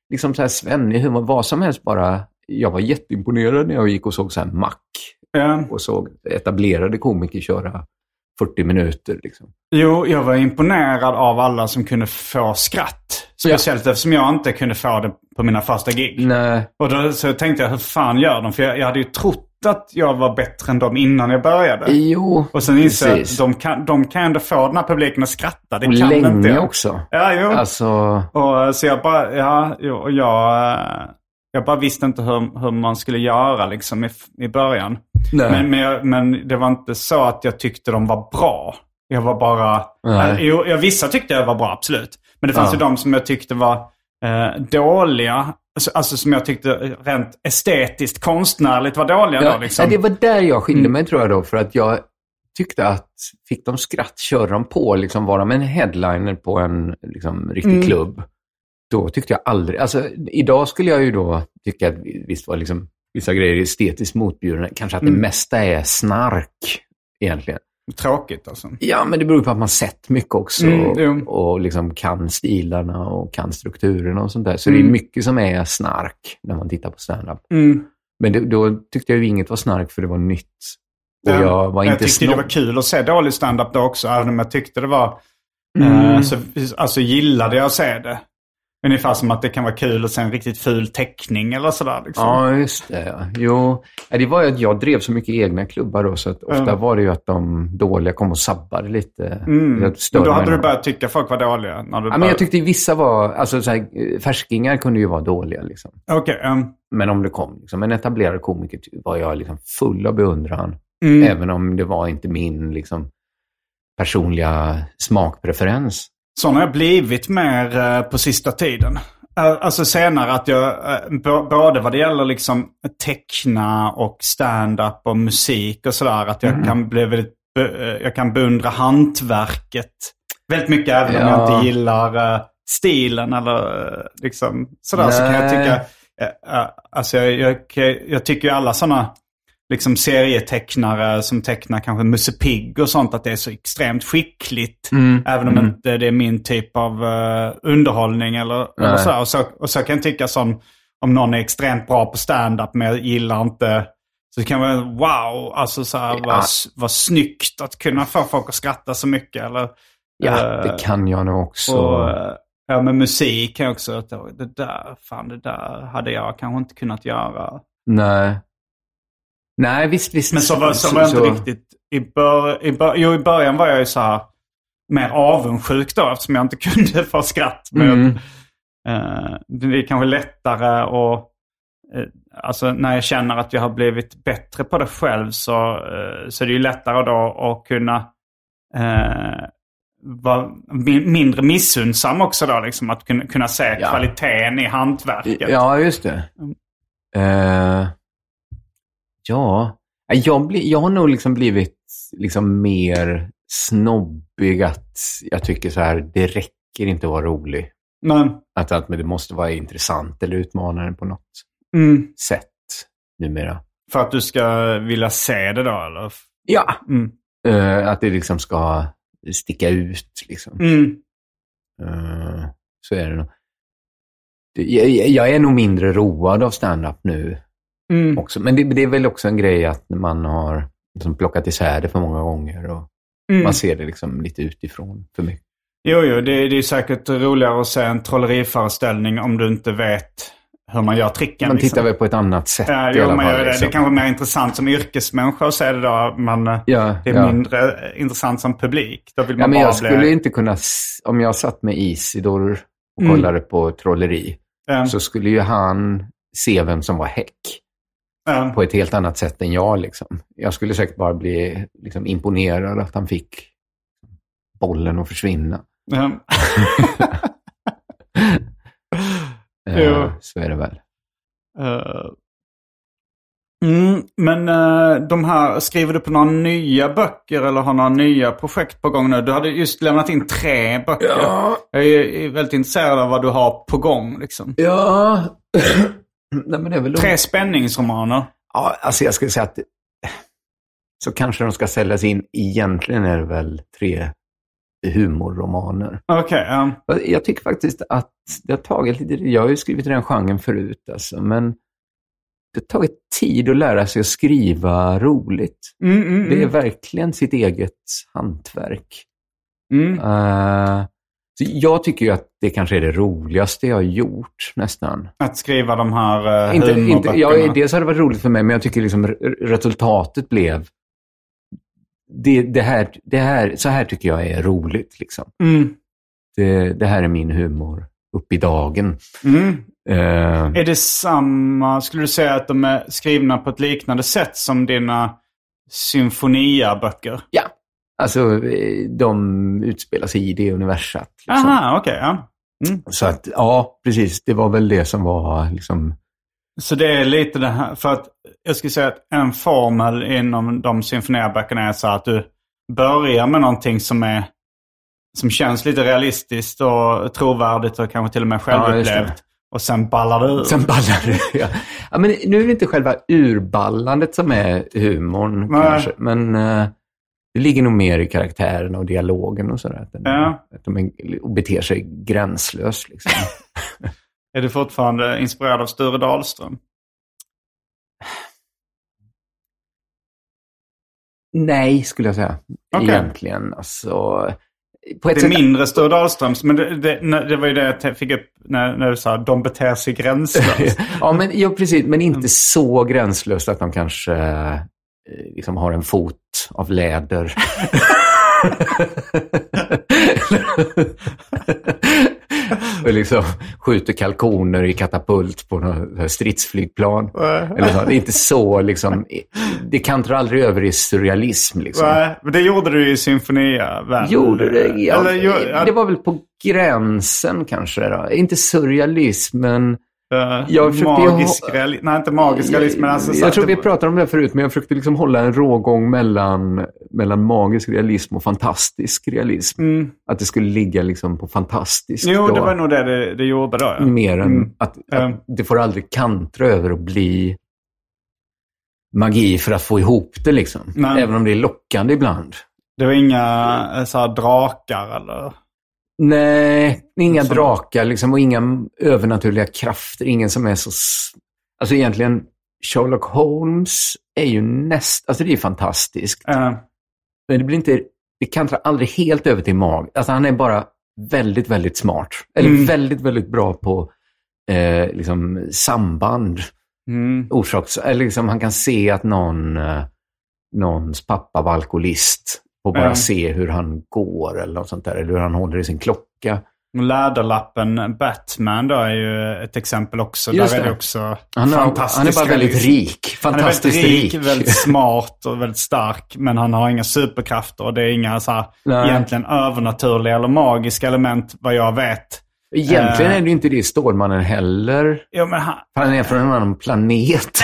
liksom så här svennig humor, vad som helst bara. Jag var jätteimponerad när jag gick och såg så här Mac. Ja. Och såg etablerade komiker köra fyrtio minuter. Liksom. Jo, jag var imponerad av alla som kunde få skratt. Speciellt ja. eftersom jag inte kunde få det på mina första gig. Nej. Och då så tänkte jag, hur fan gör de? För jag, jag hade ju trott att jag var bättre än dem innan jag började. Jo, och sen insåg jag att de kan, de kan ändå få den här publiken att skratta. Det och kan länge inte jag. också. Ja, jo. Alltså... Och så jag bara, ja, och jag, jag bara visste inte hur, hur man skulle göra liksom i, i början. Nej. Men, men, jag, men det var inte så att jag tyckte de var bra. Jag var bara... Äh, jo, jag, vissa tyckte jag var bra, absolut. Men det fanns ja. ju de som jag tyckte var eh, dåliga. Alltså, alltså som jag tyckte rent estetiskt, konstnärligt var dåliga. Ja, då, liksom. ja, det var där jag skilde mig mm. tror jag då. För att jag tyckte att fick de skratt, körde de på, liksom, var de en headliner på en liksom, riktig mm. klubb. Då tyckte jag aldrig... Alltså, idag skulle jag ju då tycka att visst var liksom... Vissa grejer estetiskt motbjudande. Kanske att mm. det mesta är snark egentligen. Tråkigt alltså. Ja, men det beror på att man sett mycket också. Mm, och, och liksom kan stilarna och kan strukturerna och sånt där. Så mm. det är mycket som är snark när man tittar på stand-up. Mm. Men det, då tyckte jag ju inget var snark för det var nytt. Och ja, jag var inte jag tyckte snobb. det var kul att se dålig stand-up då också. Även om jag tyckte det var... Mm. Eh, så, alltså gillade jag att se det. Ungefär som att det kan vara kul att se en riktigt ful teckning eller sådär. Liksom. Ja, just det. Ja. Jo, det var ju att jag drev så mycket egna klubbar då. Så att ofta mm. var det ju att de dåliga kom och sabbade lite. Mm. Men då hade du börjat tycka folk var dåliga? När du ja, men jag tyckte vissa var... Alltså så här, färskingar kunde ju vara dåliga liksom. Okej. Okay, um. Men om det kom liksom, en etablerad komiker var jag liksom full av beundran. Mm. Även om det var inte min liksom, personliga smakpreferens. Sån har jag blivit mer eh, på sista tiden. Alltså senare att jag, eh, både vad det gäller liksom teckna och stand-up och musik och sådär, att jag mm. kan bli väldigt, be, jag kan beundra hantverket väldigt mycket, även ja. om jag inte gillar eh, stilen eller eh, liksom sådär. Nej. Så kan jag tycka, eh, eh, alltså jag, jag, jag tycker ju alla sådana liksom serietecknare som tecknar kanske Musse Pigg och sånt, att det är så extremt skickligt. Mm. Även om mm. inte det är min typ av uh, underhållning eller, eller så. Och, så. och så kan jag tycka som om någon är extremt bra på stand-up men jag gillar inte, så kan man wow, alltså så här, ja. vad, vad snyggt att kunna få folk att skratta så mycket. Eller, ja, uh, det kan jag nog också. Och, uh, ja, men musik kan jag också, det där, fan det där hade jag kanske inte kunnat göra. Nej. Nej, visst, visst. Men så var, så var jag inte så... riktigt... I, bör, i, bör, jo, i början var jag ju så här mer avundsjuk då, eftersom jag inte kunde få skratt. Men mm. uh, det är kanske lättare och uh, alltså när jag känner att jag har blivit bättre på det själv så, uh, så är det ju lättare då att kunna uh, vara mindre missunnsam också då, liksom, att kunna, kunna se ja. kvaliteten i hantverket. Ja, just det. Uh... Ja, jag, bli, jag har nog liksom blivit liksom mer snobbig att jag tycker så här, det räcker inte att vara rolig. Nej. Att, att men det måste vara intressant eller utmanande på något mm. sätt numera. För att du ska vilja se det då, eller? Ja, mm. uh, att det liksom ska sticka ut liksom. Mm. Uh, så är det nog. Jag, jag är nog mindre road av stand-up nu. Mm. Också. Men det, det är väl också en grej att man har liksom plockat isär det för många gånger och mm. man ser det liksom lite utifrån för mycket. Jo, jo det, det är säkert roligare att se en trolleriföreställning om du inte vet hur man gör tricken. Man liksom. tittar väl på ett annat sätt. Ja, jo, man gör det. Liksom. Det är kanske mer intressant som yrkesmänniska att se det då, men ja, det är ja. mindre intressant som publik. Då vill man ja, men bara jag bli... skulle inte kunna, om jag satt med Isidor och mm. kollade på trolleri mm. så skulle ju han se vem som var häck. Mm. På ett helt annat sätt än jag. Liksom. Jag skulle säkert bara bli liksom, imponerad att han fick bollen att försvinna. Mm. uh, så är det väl. Uh. Mm, men uh, de här, skriver du på några nya böcker eller har några nya projekt på gång nu? Du hade just lämnat in tre böcker. Ja. Jag är väldigt intresserad av vad du har på gång. Liksom. Ja... Nej, men det är väl Tre spänningsromaner. Ja, alltså jag skulle säga att så kanske de ska säljas in. Egentligen är det väl tre humorromaner. Okej, okay, um. Jag tycker faktiskt att det har tagit lite, jag har ju skrivit i den genren förut alltså, men det har tagit tid att lära sig att skriva roligt. Mm, mm, mm. Det är verkligen sitt eget hantverk. Mm. Uh, så jag tycker ju att det kanske är det roligaste jag har gjort nästan. Att skriva de här uh, inte, humorböckerna. Inte, ja, dels har det varit roligt för mig, men jag tycker liksom resultatet blev det, det, här, det här, så här tycker jag är roligt liksom. Mm. Det, det här är min humor upp i dagen. Mm. Uh, är det samma, skulle du säga att de är skrivna på ett liknande sätt som dina symfoniaböcker? Ja, alltså de utspelar sig i det universat. Liksom. Aha, okej. Okay, ja. Mm. Så att, ja, precis. Det var väl det som var liksom... Så det är lite det här, för att jag skulle säga att en formel inom de symfoniaböckerna är så att du börjar med någonting som är som känns lite realistiskt och trovärdigt och kanske till och med självupplevt. Ja, och sen ballar det ur. Sen ballar det, ja. Ja, men nu är det inte själva urballandet som är humorn Nej. kanske. Men uh, det ligger nog mer i karaktären och dialogen och sådär. Att, den, ja. att de är, beter sig gränslöst liksom. Är du fortfarande inspirerad av Sture Dahlström? Nej, skulle jag säga. Okay. Egentligen. Alltså, på ett det är sätt... mindre Sture Dahlströms, men det, det, det var ju det jag fick upp när, när du sa de beter sig gränslöst. Ja, men, ja, precis. Men inte så gränslöst att de kanske eh, liksom har en fot av läder. Och liksom skjuter kalkoner i katapult på något stridsflygplan. Eller så. Det är inte så liksom, det kantar aldrig över i surrealism liksom. Nej, men det gjorde du i Symfonia väl? Gjorde det? Ja, Eller, jo, det var väl på gränsen kanske då. Inte surrealism, men Uh, jag magisk jag, realism. Nej, inte magisk realism. Men alltså, jag, jag tror det... vi pratade om det förut, men jag försökte liksom hålla en rågång mellan, mellan magisk realism och fantastisk realism. Mm. Att det skulle ligga liksom på fantastiskt. Jo, då. det var nog det det, det gjorde då. Ja. Mer än mm. att, att uh. det får aldrig kantra över och bli magi för att få ihop det liksom. Nej. Även om det är lockande ibland. Det var inga så här, drakar eller... Nej, inga så. drakar liksom, och inga övernaturliga krafter. Ingen som är så... Alltså egentligen, Sherlock Holmes är ju näst... Alltså det är fantastiskt. Uh. Men det blir inte... Det kan aldrig helt över till mag. Alltså han är bara väldigt, väldigt smart. Eller mm. väldigt, väldigt bra på eh, liksom samband. Mm. Orsaks... Eller liksom han kan se att någon... Eh, någons pappa var alkoholist. Och bara mm. se hur han går eller något sånt där. Eller hur han håller i sin klocka. Läderlappen Batman då är ju ett exempel också. Just där det. Är det också han är, fantastisk. Han är bara väldigt rik. Fantastiskt han är väldigt rik. rik. Väldigt smart och väldigt stark. Men han har inga superkrafter. Och det är inga så här, egentligen övernaturliga eller magiska element vad jag vet. Egentligen är det ju inte det Stålmannen heller. Jo, men han... han är från en annan planet.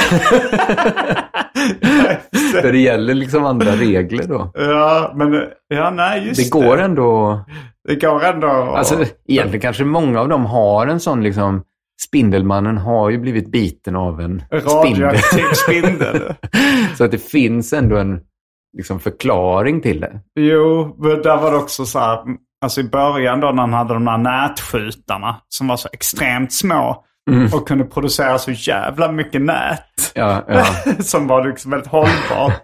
Där det gäller liksom andra regler då. Ja, men ja, nej, just det. går det. ändå... Det går ändå... Alltså, egentligen kanske många av dem har en sån liksom... Spindelmannen har ju blivit biten av en spindel. spindel. Så att det finns ändå en liksom, förklaring till det. Jo, men där var det också så här... Alltså i början då när han hade de där nätskjutarna som var så extremt små mm. och kunde producera så jävla mycket nät. Ja, ja. Som var liksom väldigt hållbar.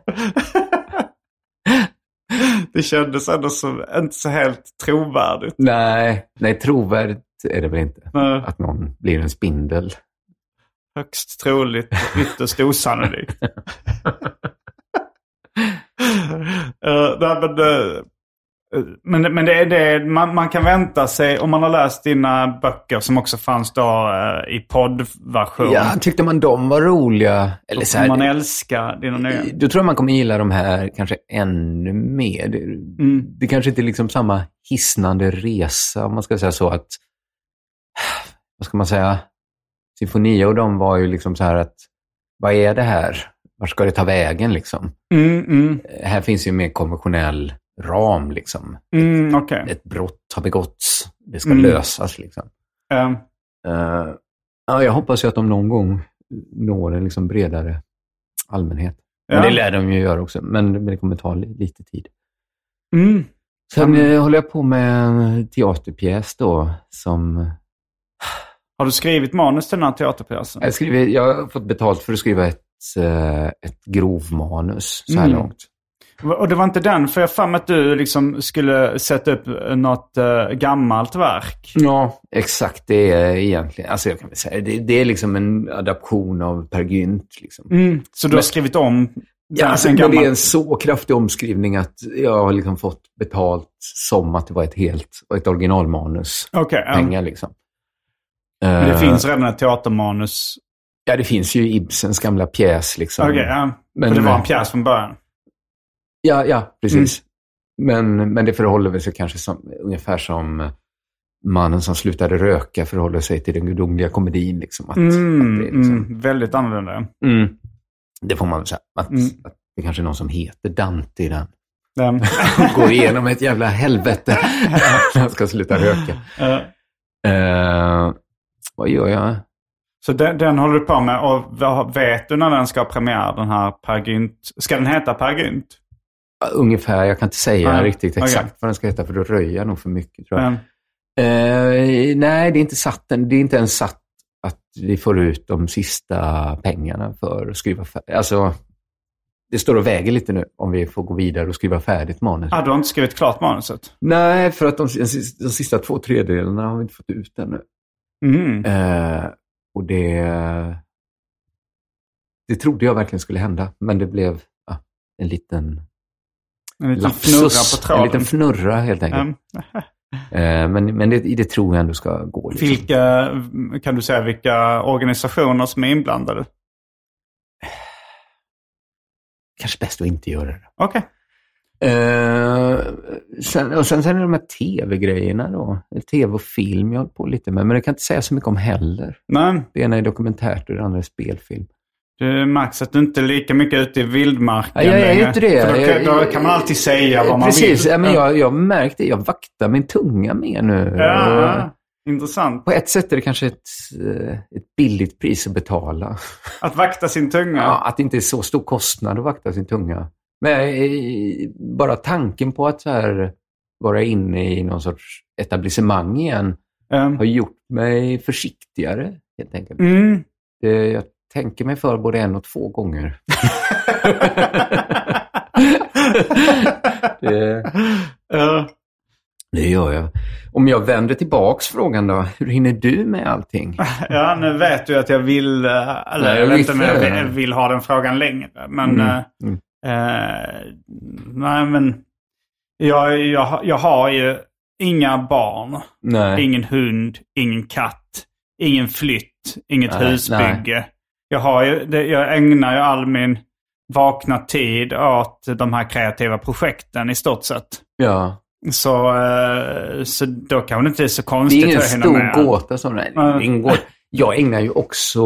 Det kändes ändå så, inte så helt trovärdigt. Nej, nej, trovärdigt är det väl inte. Nej. Att någon blir en spindel. Högst troligt, ytterst osannolikt. uh, nej, men... Uh, Men, men det är det man, man kan vänta sig om man har läst dina böcker som också fanns då eh, i poddversion. Ja, tyckte man de var roliga. Eller så här, man älskar dina nya. Då tror jag man kommer gilla de här kanske ännu mer. Det, mm. det kanske inte är liksom samma hisnande resa om man ska säga så att, vad ska man säga, Symfonia och de var ju liksom så här att, vad är det här? Var ska det ta vägen liksom? Mm, mm. Här finns ju mer konventionell ram liksom. Mm, ett, okay. ett brott har begåtts. Det ska mm. lösas liksom. Um. Uh, ja, jag hoppas ju att de någon gång når en liksom bredare allmänhet. Men ja. Det lär de ju göra också. Men, men det kommer ta lite tid. Mm. Sen mm. håller jag på med en teaterpjäs då som... Har du skrivit manus till den här teaterpjäsen? Jag, skriver, jag har fått betalt för att skriva ett, ett grovmanus så här mm. långt. Och det var inte den, för jag fann att du liksom skulle sätta upp något uh, gammalt verk. Ja, exakt. Det är egentligen, alltså jag kan väl säga, det, det är liksom en adaption av Per Gynt. Liksom. Mm. Så du har skrivit om... Ja, alltså, men det är en så kraftig omskrivning att jag har liksom fått betalt som att det var ett helt, ett originalmanus. Okej. Okay, pengar um. liksom. Men det uh, finns redan ett teatermanus. Ja, det finns ju Ibsens gamla pjäs liksom. Okej, okay, ja. Men det var en pjäs från början. Ja, ja, precis. Mm. Men, men det förhåller sig kanske som, ungefär som mannen som slutade röka förhåller sig till den gudomliga komedin. Liksom, att, mm, att det är liksom, mm, väldigt annorlunda. Mm, det får man väl säga. Att, mm. att det kanske är någon som heter Dante i den. den. Går igenom ett jävla helvete när han ska sluta röka. Uh. Uh, vad gör jag? Så den, den håller du på med, och vet du när den ska ha premiär, den här Per Gynt? Ska den heta Per Gynt? Ungefär, jag kan inte säga ah, riktigt exakt okay. vad den ska heta, för då röjer jag nog för mycket, tror jag. Mm. Uh, nej, det är inte satt, det är inte ens satt att vi får ut de sista pengarna för att skriva färdigt. Alltså, det står och väger lite nu om vi får gå vidare och skriva färdigt manus. Ah, du har inte skrivit klart manuset? Nej, för att de, de, de sista två tredjedelarna har vi inte fått ut ännu. Mm. Uh, och det det trodde jag verkligen skulle hända, men det blev ja, en liten en liten lapsus, på tråden. En liten fnurra helt enkelt. Mm. uh, men men det, det tror jag ändå ska gå. Liksom. Vilka, kan du säga vilka organisationer som är inblandade? Kanske bäst att inte göra det. Okej. Okay. Uh, sen, och sen, sen är det de här tv-grejerna då. Tv och film jag håller på lite med. Men det kan inte säga så mycket om heller. Nej. Det ena är dokumentärt och det andra är spelfilm. Du Max, att du inte är lika mycket ute i vildmarken. Ja, jag är inte det. För då, då kan man alltid säga vad man precis, vill. Precis, ja, men jag, jag märkte jag vaktar min tunga med nu. Ja, och, intressant. På ett sätt är det kanske ett, ett billigt pris att betala. Att vakta sin tunga? Ja, att det inte är så stor kostnad att vakta sin tunga. Men bara tanken på att så här vara inne i någon sorts etablissemang igen mm. har gjort mig försiktigare, helt enkelt. Mm. Det, jag tänker mig för både en och två gånger. det, uh. det gör jag. Om jag vänder tillbaks frågan då, hur hinner du med allting? Ja, nu vet du att jag vill, eller nej, jag vet inte, men jag vill, vill ha den frågan längre. Men... Mm. Mm. Uh, nej men jag, jag, jag har ju inga barn, nej. Ingen hund, ingen katt, ingen flytt, inget nej, husbygge. Nej. Jag, har ju, det, jag ägnar ju all min vakna tid åt de här kreativa projekten i stort sett. Ja. Så, uh, så då kan det inte vara så konstigt. Det är ingen stor gåta som det är. Ingen gåta. Jag ägnar ju också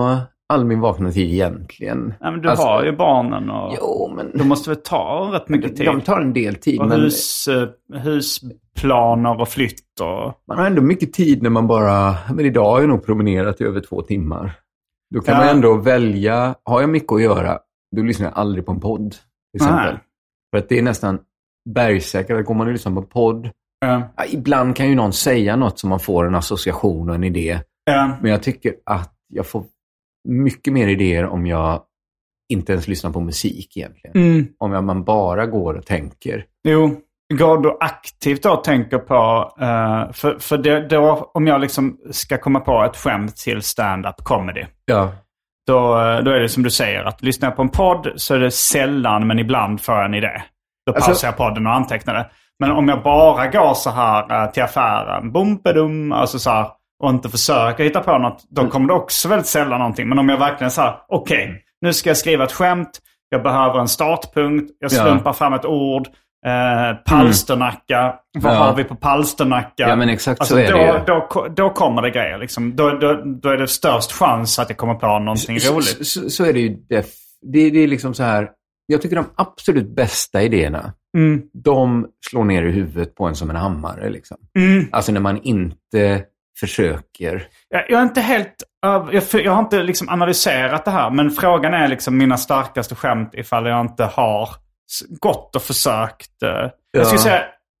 all min vakna tid egentligen. Ja, men du alltså, har ju barnen och jo, men du måste väl ta rätt mycket tid. De tar en del tid. Och men hus, husplaner och flytt. Och... Man har ändå mycket tid när man bara... Men idag har jag nog promenerat i över två timmar. Då kan ja. man ändå välja... Har jag mycket att göra, då lyssnar jag aldrig på en podd. Till exempel. För att det är nästan bergsäkert att går man och lyssnar på en podd. Ja. Ja, ibland kan ju någon säga något som man får en association och en idé. Ja. Men jag tycker att jag får mycket mer idéer om jag inte ens lyssnar på musik egentligen. Mm. Om jag, man bara går och tänker. Jo, går du aktivt då och tänker på... Uh, för för det, då, om jag liksom ska komma på ett skämt till stand-up comedy. Ja. Då, då är det som du säger, att lyssna på en podd så är det sällan men ibland får jag en idé. Då pausar alltså, jag podden och antecknar det. Men om jag bara går så här uh, till affären, bumpedum, alltså så här, och inte försöker hitta på något, då kommer det också väldigt sällan någonting. Men om jag verkligen så här, okej, okay, nu ska jag skriva ett skämt, jag behöver en startpunkt, jag slumpar ja. fram ett ord, eh, palsternacka, mm. vad ja. har vi på palsternacka? Ja, men exakt alltså, så är då, det ju. Då, då kommer det grejer liksom. Då, då, då är det störst chans att jag kommer på någonting så, roligt. Så, så är det ju. Det, det, det är liksom så här, jag tycker de absolut bästa idéerna, mm. de slår ner i huvudet på en som en hammare liksom. Mm. Alltså när man inte försöker. Jag, jag är inte helt... Jag, jag har inte liksom analyserat det här, men frågan är liksom mina starkaste skämt ifall jag inte har gått och försökt. Jag skulle ja. säga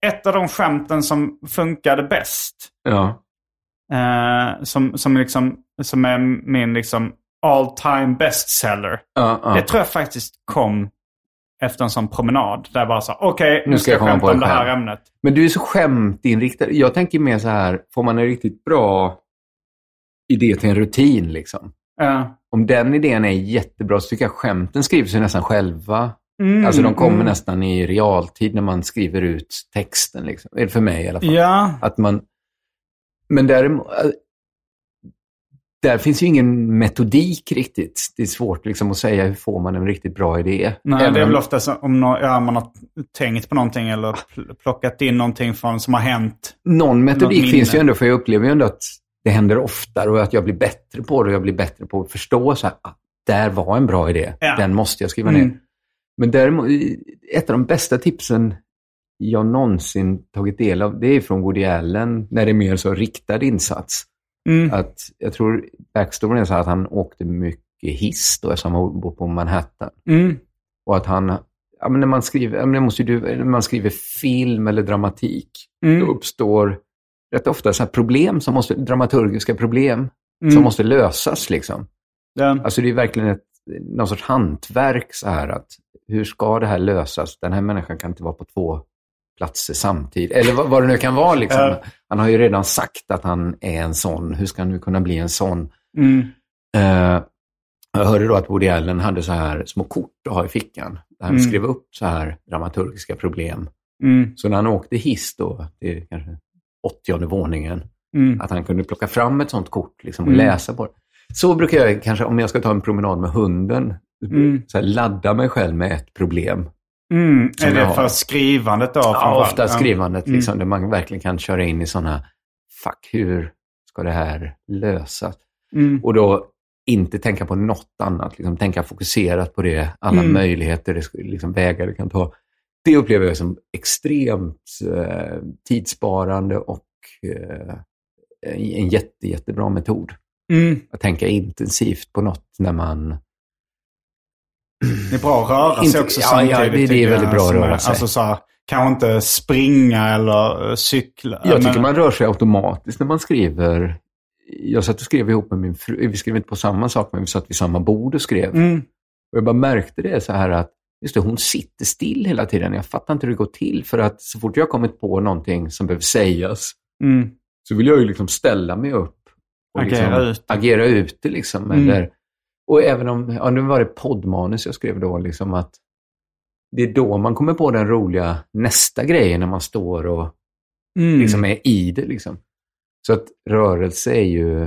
ett av de skämten som funkade bäst. Ja. Eh, som, som, liksom, som är min liksom all time bestseller. Ja, ja. Det tror jag faktiskt kom efter en sån promenad. Där jag bara sa, okej, okay, nu ska jag komma skämta på om det här själv. ämnet. Men du är så skämtinriktad. Jag tänker mer så här, får man en riktigt bra idé till en rutin liksom. Ja. Om den idén är jättebra så tycker jag skämten skriver sig nästan själva. Mm, alltså de kommer mm. nästan i realtid när man skriver ut texten liksom. Är det för mig i alla fall. Ja. Att man... Men däremot... Där finns ju ingen metodik riktigt. Det är svårt liksom att säga hur får man en riktigt bra idé. Nej, Även det är väl om... ofta så om no- ja, man har tänkt på någonting eller plockat in någonting från, som har hänt. Någon metodik Något finns ju minne. ändå, för jag upplever ju ändå att det händer oftare och att jag blir bättre på det och jag blir bättre på att förstå så här, att där var en bra idé. Ja. Den måste jag skriva Mm. ner. Men däremot, ett av de bästa tipsen jag någonsin tagit del av, det är från Woody Allen när det är mer så riktad insats. Mm. Att jag tror backstoryn är så här att han åkte mycket hiss då som han bor på Manhattan. Mm. Och att han, ja men när man skriver, ja, men det måste ju, när man skriver film eller dramatik, Mm. då uppstår rätt ofta så här problem som måste, dramaturgiska problem Mm. som måste lösas liksom. Ja. Alltså det är verkligen ett, någon sorts hantverk så här att hur ska det här lösas? Den här människan kan inte vara på två platser samtidigt. Eller vad, vad det nu kan vara liksom. Ja. Han har ju redan sagt att han är en sån. Hur ska han nu kunna bli en sån? Mm. Uh, jag hörde då att Woody Allen hade så här små kort att ha i fickan. Där han Mm. skrev upp så här dramaturgiska problem. Mm. Så när han åkte hiss då, det är kanske åttionde våningen, Mm. att han kunde plocka fram ett sånt kort liksom, och Mm. läsa på det. Så brukar jag kanske, om jag ska ta en promenad med hunden, Mm. så här, ladda mig själv med ett problem. Mm. Som Är det jag har. för skrivandet då? Ja, framförallt? ofta skrivandet, Mm. liksom, där man verkligen kan köra in i sådana, fuck, hur ska det här lösas? Mm. Och då inte tänka på något annat, liksom, tänka fokuserat på det, alla Mm. möjligheter, det, liksom, vägar det kan ta. Det upplever jag som extremt eh, tidssparande och eh, en jätte, jättebra metod. Mm. Att tänka intensivt på något när man... Det är bra att röra sig Inte- också ja, samtidigt. ja, det- det är tycker väldigt jag, bra att som är- röra sig. Alltså så här, kanske inte springa eller uh, cykla. Jag tycker men- man rör sig automatiskt när man skriver. Jag satt och skrev ihop med min fru. Vi skrev inte på samma sak, men vi satt vid samma bord och skrev. Mm. Och jag bara märkte det så här att just det, hon sitter still hela tiden. Jag fattar inte hur det går till, för att så fort jag har kommit på någonting som behöver sägas, Mm. så vill jag ju liksom ställa mig upp och Agera liksom ut det. agera ut det liksom. Mm. Eller, och även om, ja, nu var det poddmanus jag skrev då, liksom att det är då man kommer på den roliga nästa grejen när man står och Mm. liksom är i det liksom. Så att rörelse är ju,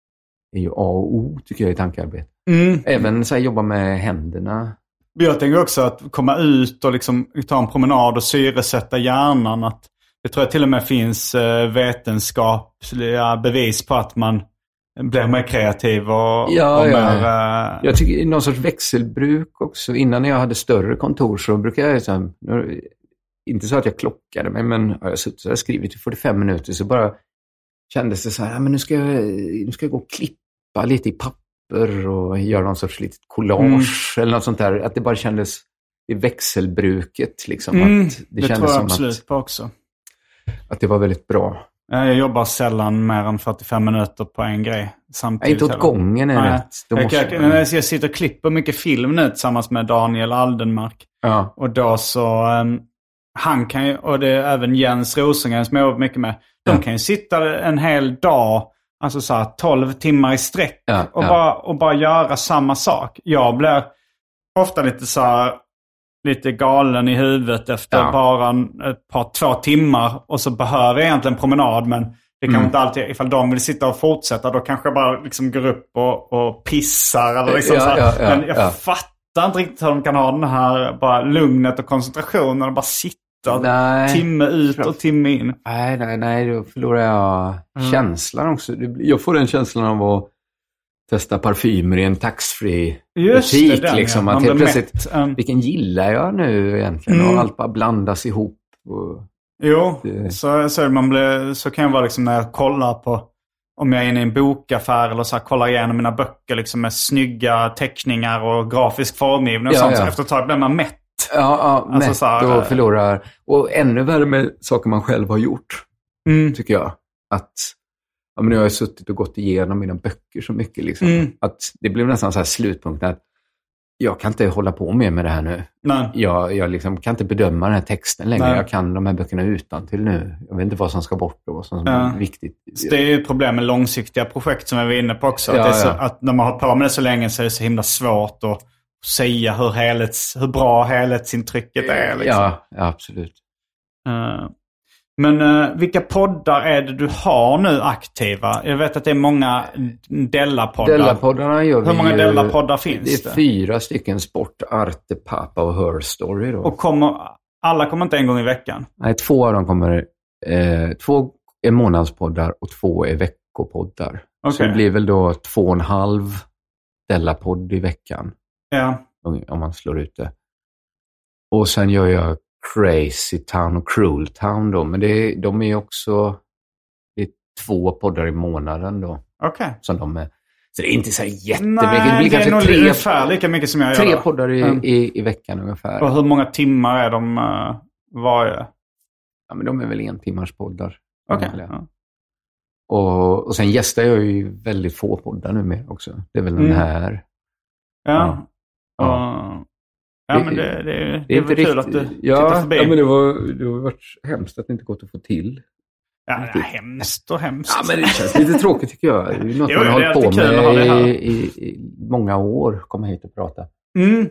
är ju A och O tycker jag i tankearbete. Mm. Även så här, jobba med händerna. Jag tänker också att komma ut och liksom ta en promenad och syresätta hjärnan. Att det tror jag till och med finns eh, vetenskapliga bevis på att man blir mer kreativ och, Ja, och ja. mer... Eh, Jag tycker någon sorts växelbruk också. Innan jag hade större kontor så brukade jag så här, nu- inte så att jag klockade mig, men jag har suttit och skrivit i fyrtiofem minuter, så bara kändes det så här, ja, men nu ska jag, nu ska jag gå och klippa lite i papper och göra någon sorts litet collage eller något sånt där. Att det bara kändes i växelbruket liksom. mm, att det, det tror kändes jag som absolut att, på också. att det var väldigt bra. Jag jobbar sällan mer än fyrtiofem minuter på en grej Nej, samtidigt. inte åt heller. gången är Nej. rätt. Då Jag, måste jag, man- jag, jag sitter och klipper mycket film nu tillsammans med Daniel Aldenmark. ja. Och då så, um, han kan ju, och det är även Jens Rosengren som jag jobbar mycket med. De Ja. kan ju sitta en hel dag, alltså så här tolv timmar i sträck Ja, och, ja. Bara, och bara göra samma sak. Jag blir ofta lite så här, lite galen i huvudet efter Ja. bara en, ett par, två timmar. Och så behöver jag egentligen promenad, men det kan Mm. inte alltid, ifall de vill sitta och fortsätta, då kanske jag bara liksom går upp och, och pissar. Eller liksom Ja, så här. ja, ja, men jag ja. fattar inte riktigt hur de kan ha den här bara lugnet och koncentrationen och bara sitta Nej. timme ut och timme in. Nej, nej, nej, då förlorar jag Mm. känslan också. Det blir- Jag får den känslan av att testa parfymer i en taxfree Just butik. det, den, liksom. ja. Att Man helt blir plötsligt, mätt. Mm. vilken gillar jag nu egentligen? Mm. Och allt bara blandas ihop. Och, Jo, Det- så, så, man blir, så kan jag vara liksom när jag kollar på, om jag är inne i en bokaffär eller så här, kollar igenom mina böcker liksom med snygga teckningar och grafisk formgivning och Ja, sånt. ja. Så efter ett tag blir man mätt. Ja, ja alltså, mätt så här, och förlorar. Och ännu värre med saker man själv har gjort, mm. tycker jag. Att, ja, men nu har jag suttit och gått igenom mina böcker så mycket. Liksom, mm. Att det blev nästan så här slutpunkten att jag kan inte hålla på med med det här nu. Nej. Jag, jag liksom kan inte bedöma den här texten längre. Nej. Jag kan de här böckerna utan till nu. Jag vet inte vad som ska bort och vad som ja. är viktigt. Så det är ju ett problem med långsiktiga projekt som vi var inne på också. Ja, att, det är så, ja. att när man har på med det så länge så är det så himla svårt att säga hur, helhets, hur bra helhetsintrycket är. Liksom. Ja, ja, absolut. Uh, men uh, vilka poddar är det du har nu aktiva? Jag vet att det är många Della-poddar. Della-poddarna gör vi. Hur många Della-poddar finns det? Det är fyra stycken: Sport, Arte, Pappa och Her Story. Då. Och kommer, alla kommer inte en gång i veckan? Nej, två av dem kommer... Eh, två är månadspoddar och två är veckopoddar. Okay. Så det blir väl då två och en halv Della-podd i veckan. Ja. Om man slår ut det. Och sen gör jag Crazy Town och Cruel Town då. Men det är, de är också... Det är två poddar i månaden då. Okej. Okay. Som de är... Så det är inte så jättemycket. Nej, det blir det kanske är nog tre, ungefär lika mycket som jag tre gör. Tre poddar i, mm. i, i veckan ungefär. Och hur många timmar är de uh, varje? Ja, men de är väl en timmars poddar. Okej. Okay. Ja. Och, och sen gästar jag ju väldigt få poddar nu med också. Det är väl den mm. här. Ja. Ja. Ja. Ja, men det, det, det, det, det är väl kul att du ja, tittar förbi. Ja, men det var, det har varit hemskt att det inte gått att få till. Ja, det är hemskt och hemskt. Ja, men det känns lite tråkigt tycker jag. Det är något jo, man har hållit på med i, i, i många år. Komma hit och prata. Mm.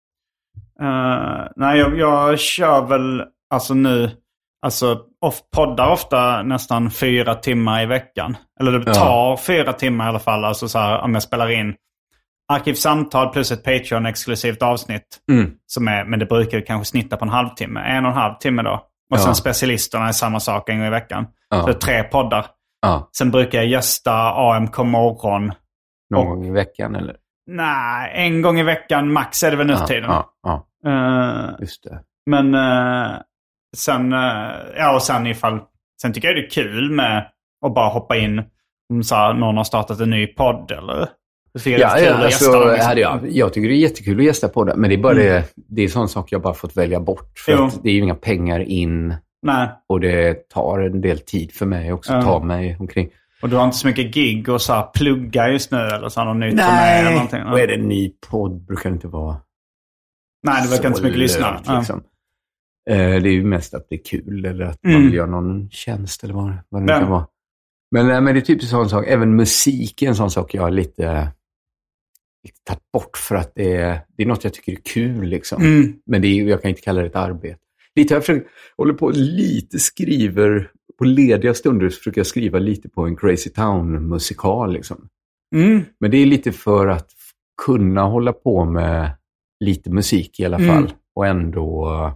Uh, nej, jag, jag kör väl alltså nu, alltså off, poddar ofta nästan fyra timmar i veckan. Eller det tar ja. fyra timmar i alla fall. Alltså så här, om jag spelar in Arkivsamtal plus ett Patreon-exklusivt avsnitt. Mm. Som är, men det brukar kanske snitta på en halvtimme. En och en halv timme då. Och ja. sen specialisterna är samma sak en gång i veckan. Ja. Så det är tre poddar. Ja. Sen brukar jag gästa A M K morgon. Någon gång i veckan eller? Nej, en gång i veckan max är det väl nu för tiden. Ja, ja, ja. Uh, Just det. Men uh, sen, uh, ja och sen ifall, sen tycker jag det är kul med att bara hoppa in om så här, någon har startat en ny podd eller... Ja, ja alltså, hade jag, jag tycker det är jättekul att gästa på det. Men det är bara mm. det, det är sån sak jag bara fått välja bort. För att det är ju inga pengar in. Nej. Och det tar en del tid för mig också att ja. ta mig omkring. Och du har inte så mycket gig och så här plugga just nu eller så något nytt? Nej, eller någonting. Och är det en ny podd brukar det inte vara. Nej, det verkar inte så mycket lyssna. Liksom. Ja. Eh, det är ju mest att det är kul eller att mm. man vill göra någon tjänst eller vad, vad det nu kan vara. Men, men det är typ en sån sak. Även musik är en sån sak jag har lite... tagit bort för att det är, det är något jag tycker är kul liksom. Mm. Men det är, jag kan inte kalla det ett arbete. Lite jag försöker, håller på lite skriver på lediga stunder så försöker jag skriva lite på en Crazy Town musikal liksom. Mm. Men det är lite för att kunna hålla på med lite musik i alla fall mm. och ändå uh,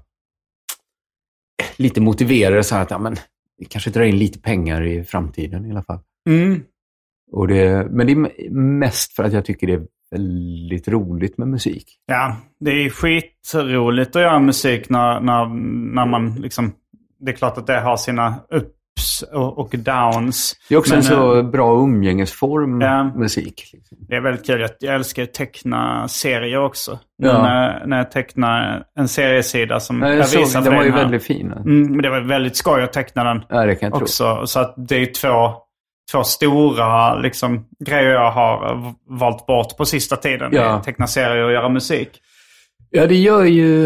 lite motivera så här att ja, men vi kanske drar in lite pengar i framtiden i alla fall. Mm. Och det, men det är mest för att jag tycker det är väldigt roligt med musik. Ja, det är skitroligt att göra musik när, när, när man liksom... Det är klart att det har sina ups och, och downs. Det är också men, en så bra umgängesform, ja, musik. Liksom. Det är väldigt kul. Jag, jag älskar att teckna serier också. Ja. När, när jag tecknar en seriesida som ja, jag, jag visar så, för den var ju här. Väldigt fin. Mm, men det var väldigt skoj att teckna den ja, det kan jag också. Tro. Så att det är två... Två stora liksom, grejer jag har valt bort på sista tiden. Ja. Teckna serier och göra musik. Ja, det gör ju...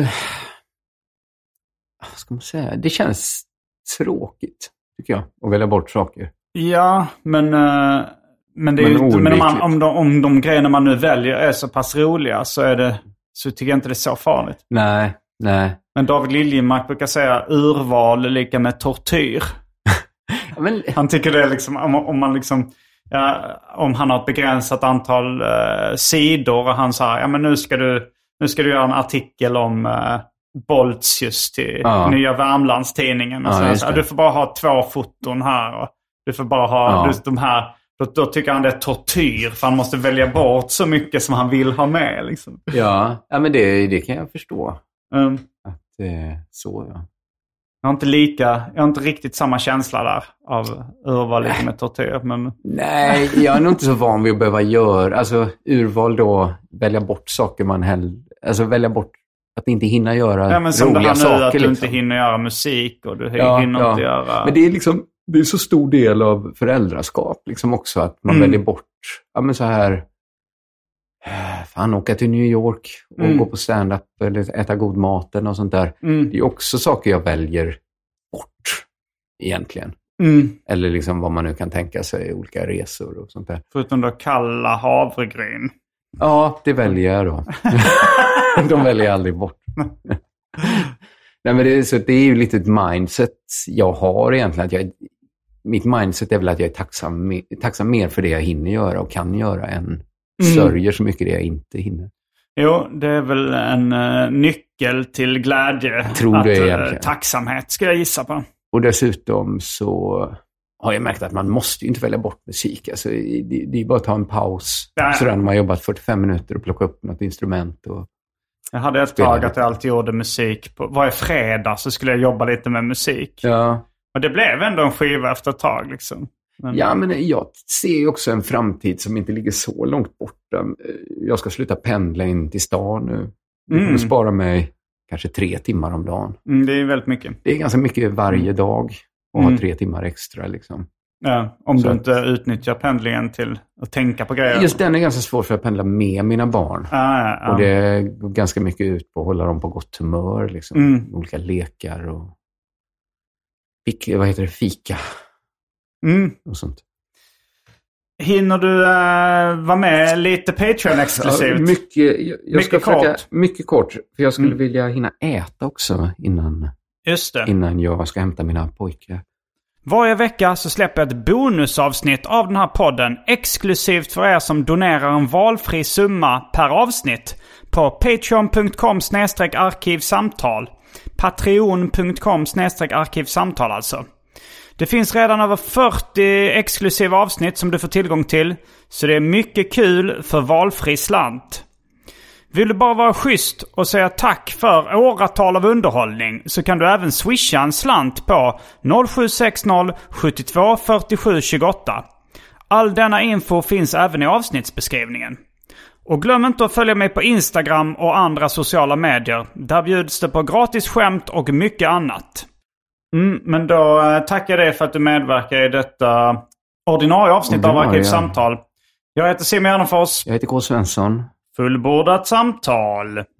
Vad ska man säga? Det känns tråkigt, tycker jag. Att välja bort saker. Ja, men... Men, det är men, ju, men om, man, om, de, om de grejerna man nu väljer är så pass roliga så, är det, så tycker jag inte det är så farligt. Nej, nej. Men David Liljemark brukar säga urval är lika med tortyr. Men... Han tycker det är liksom, om, om man liksom, ja, om han har ett begränsat antal uh, sidor och han säger, ja men nu ska du, nu ska du göra en artikel om uh, Boltius till ja. Nya Värmlandstidningen. Och ja, så, så, du får bara ha två foton här och du får bara ha ja. du, de här, då, då tycker han det är tortyr för han måste välja bort så mycket som han vill ha med. Liksom. Ja, ja men det, det kan jag förstå. Mm. Att eh, så ja. Jag har inte lika, jag har inte riktigt samma känsla där av urval lite med tortyr. Men... Nej, jag är nog inte så van vid att behöva göra, alltså urval då, välja bort saker man hellre, alltså välja bort att inte hinna göra ja, men som roliga det här nu, saker. Att du liksom. inte hinner göra musik och du ja, hinner ja. inte göra... Men det är liksom, det är så stor del av föräldraskap liksom också, att man Mm. väljer bort, ja men så här, fan åka till New York och Mm. gå på stand-up eller äta god mat och sånt där. Mm. Det är också saker jag väljer bort egentligen. Mm. Eller liksom vad man nu kan tänka sig, olika resor och sånt där. Förutom då kalla havregryn. Ja, det väljer jag då. De väljer jag aldrig bort. Nej, men det, är, så det är ju lite ett mindset jag har egentligen. Att jag, mitt mindset är väl att jag är tacksam, tacksam mer för det jag hinner göra och kan göra än mm. sörjer så mycket det jag inte hinner. Jo, det är väl en uh, nyckel till glädje. Tror att, det uh, egentligen. Tacksamhet ska jag gissa på. Och dessutom så har jag märkt att man måste ju inte välja bort musik. Alltså, det, det är bara att ta en paus. Ja. Så när man har jobbat fyrtiofem minuter och plocka upp något instrument. Och jag hade ett spela tag lite. att jag alltid gjorde musik. På, varje fredag så skulle jag jobba lite med musik. Ja. Och det blev ändå en skiva efter ett tag liksom. Men... Ja, men jag ser ju också en framtid som inte ligger så långt borta. Jag ska sluta pendla in till stan nu. Det kommer Mm. spara mig kanske tre timmar om dagen. Mm, det är väldigt mycket. Det är ganska mycket varje dag att Mm. ha tre timmar extra liksom. Ja, om Så du att- inte utnyttjar pendlingen till att tänka på grejer. Just den är ganska svår för att pendla med mina barn. Ah, ja, ja. Och det går ganska mycket ut på att hålla dem på gott humör. Liksom. Mm. Olika lekar och fika, vad heter det? Fika Mm. och sånt. Hinner du uh, vara med lite Patreon-exklusivt? Ja, mycket, jag, jag Mycket ska försöka, kort. mycket kort. För jag skulle Mm. vilja hinna äta också innan, Just det. innan jag ska hämta mina pojkar. Varje vecka så släpper jag ett bonusavsnitt av den här podden exklusivt för er som donerar en valfri summa per avsnitt på patreon punkt com snedstreck arkivsamtal. patreon punkt com snedstreck arkivsamtal alltså. Det finns redan över fyrtio exklusiva avsnitt som du får tillgång till, så det är mycket kul för valfri slant. Vill du bara vara schysst och säga tack för åratal av underhållning så kan du även swisha en slant på noll sju sex noll sjuttiotvå fyrtiosju tjugoåtta. All denna info finns även i avsnittsbeskrivningen. Och glöm inte att följa mig på Instagram och andra sociala medier. Där bjuds det på gratis skämt och mycket annat. Mm, men då eh, tackar jag dig för att du medverkar i detta ordinarie avsnitt av Ordinarie, Arkivsamtal. Jag heter Simon Gärdenfors. Jag heter K. Svensson. Fullbordat samtal.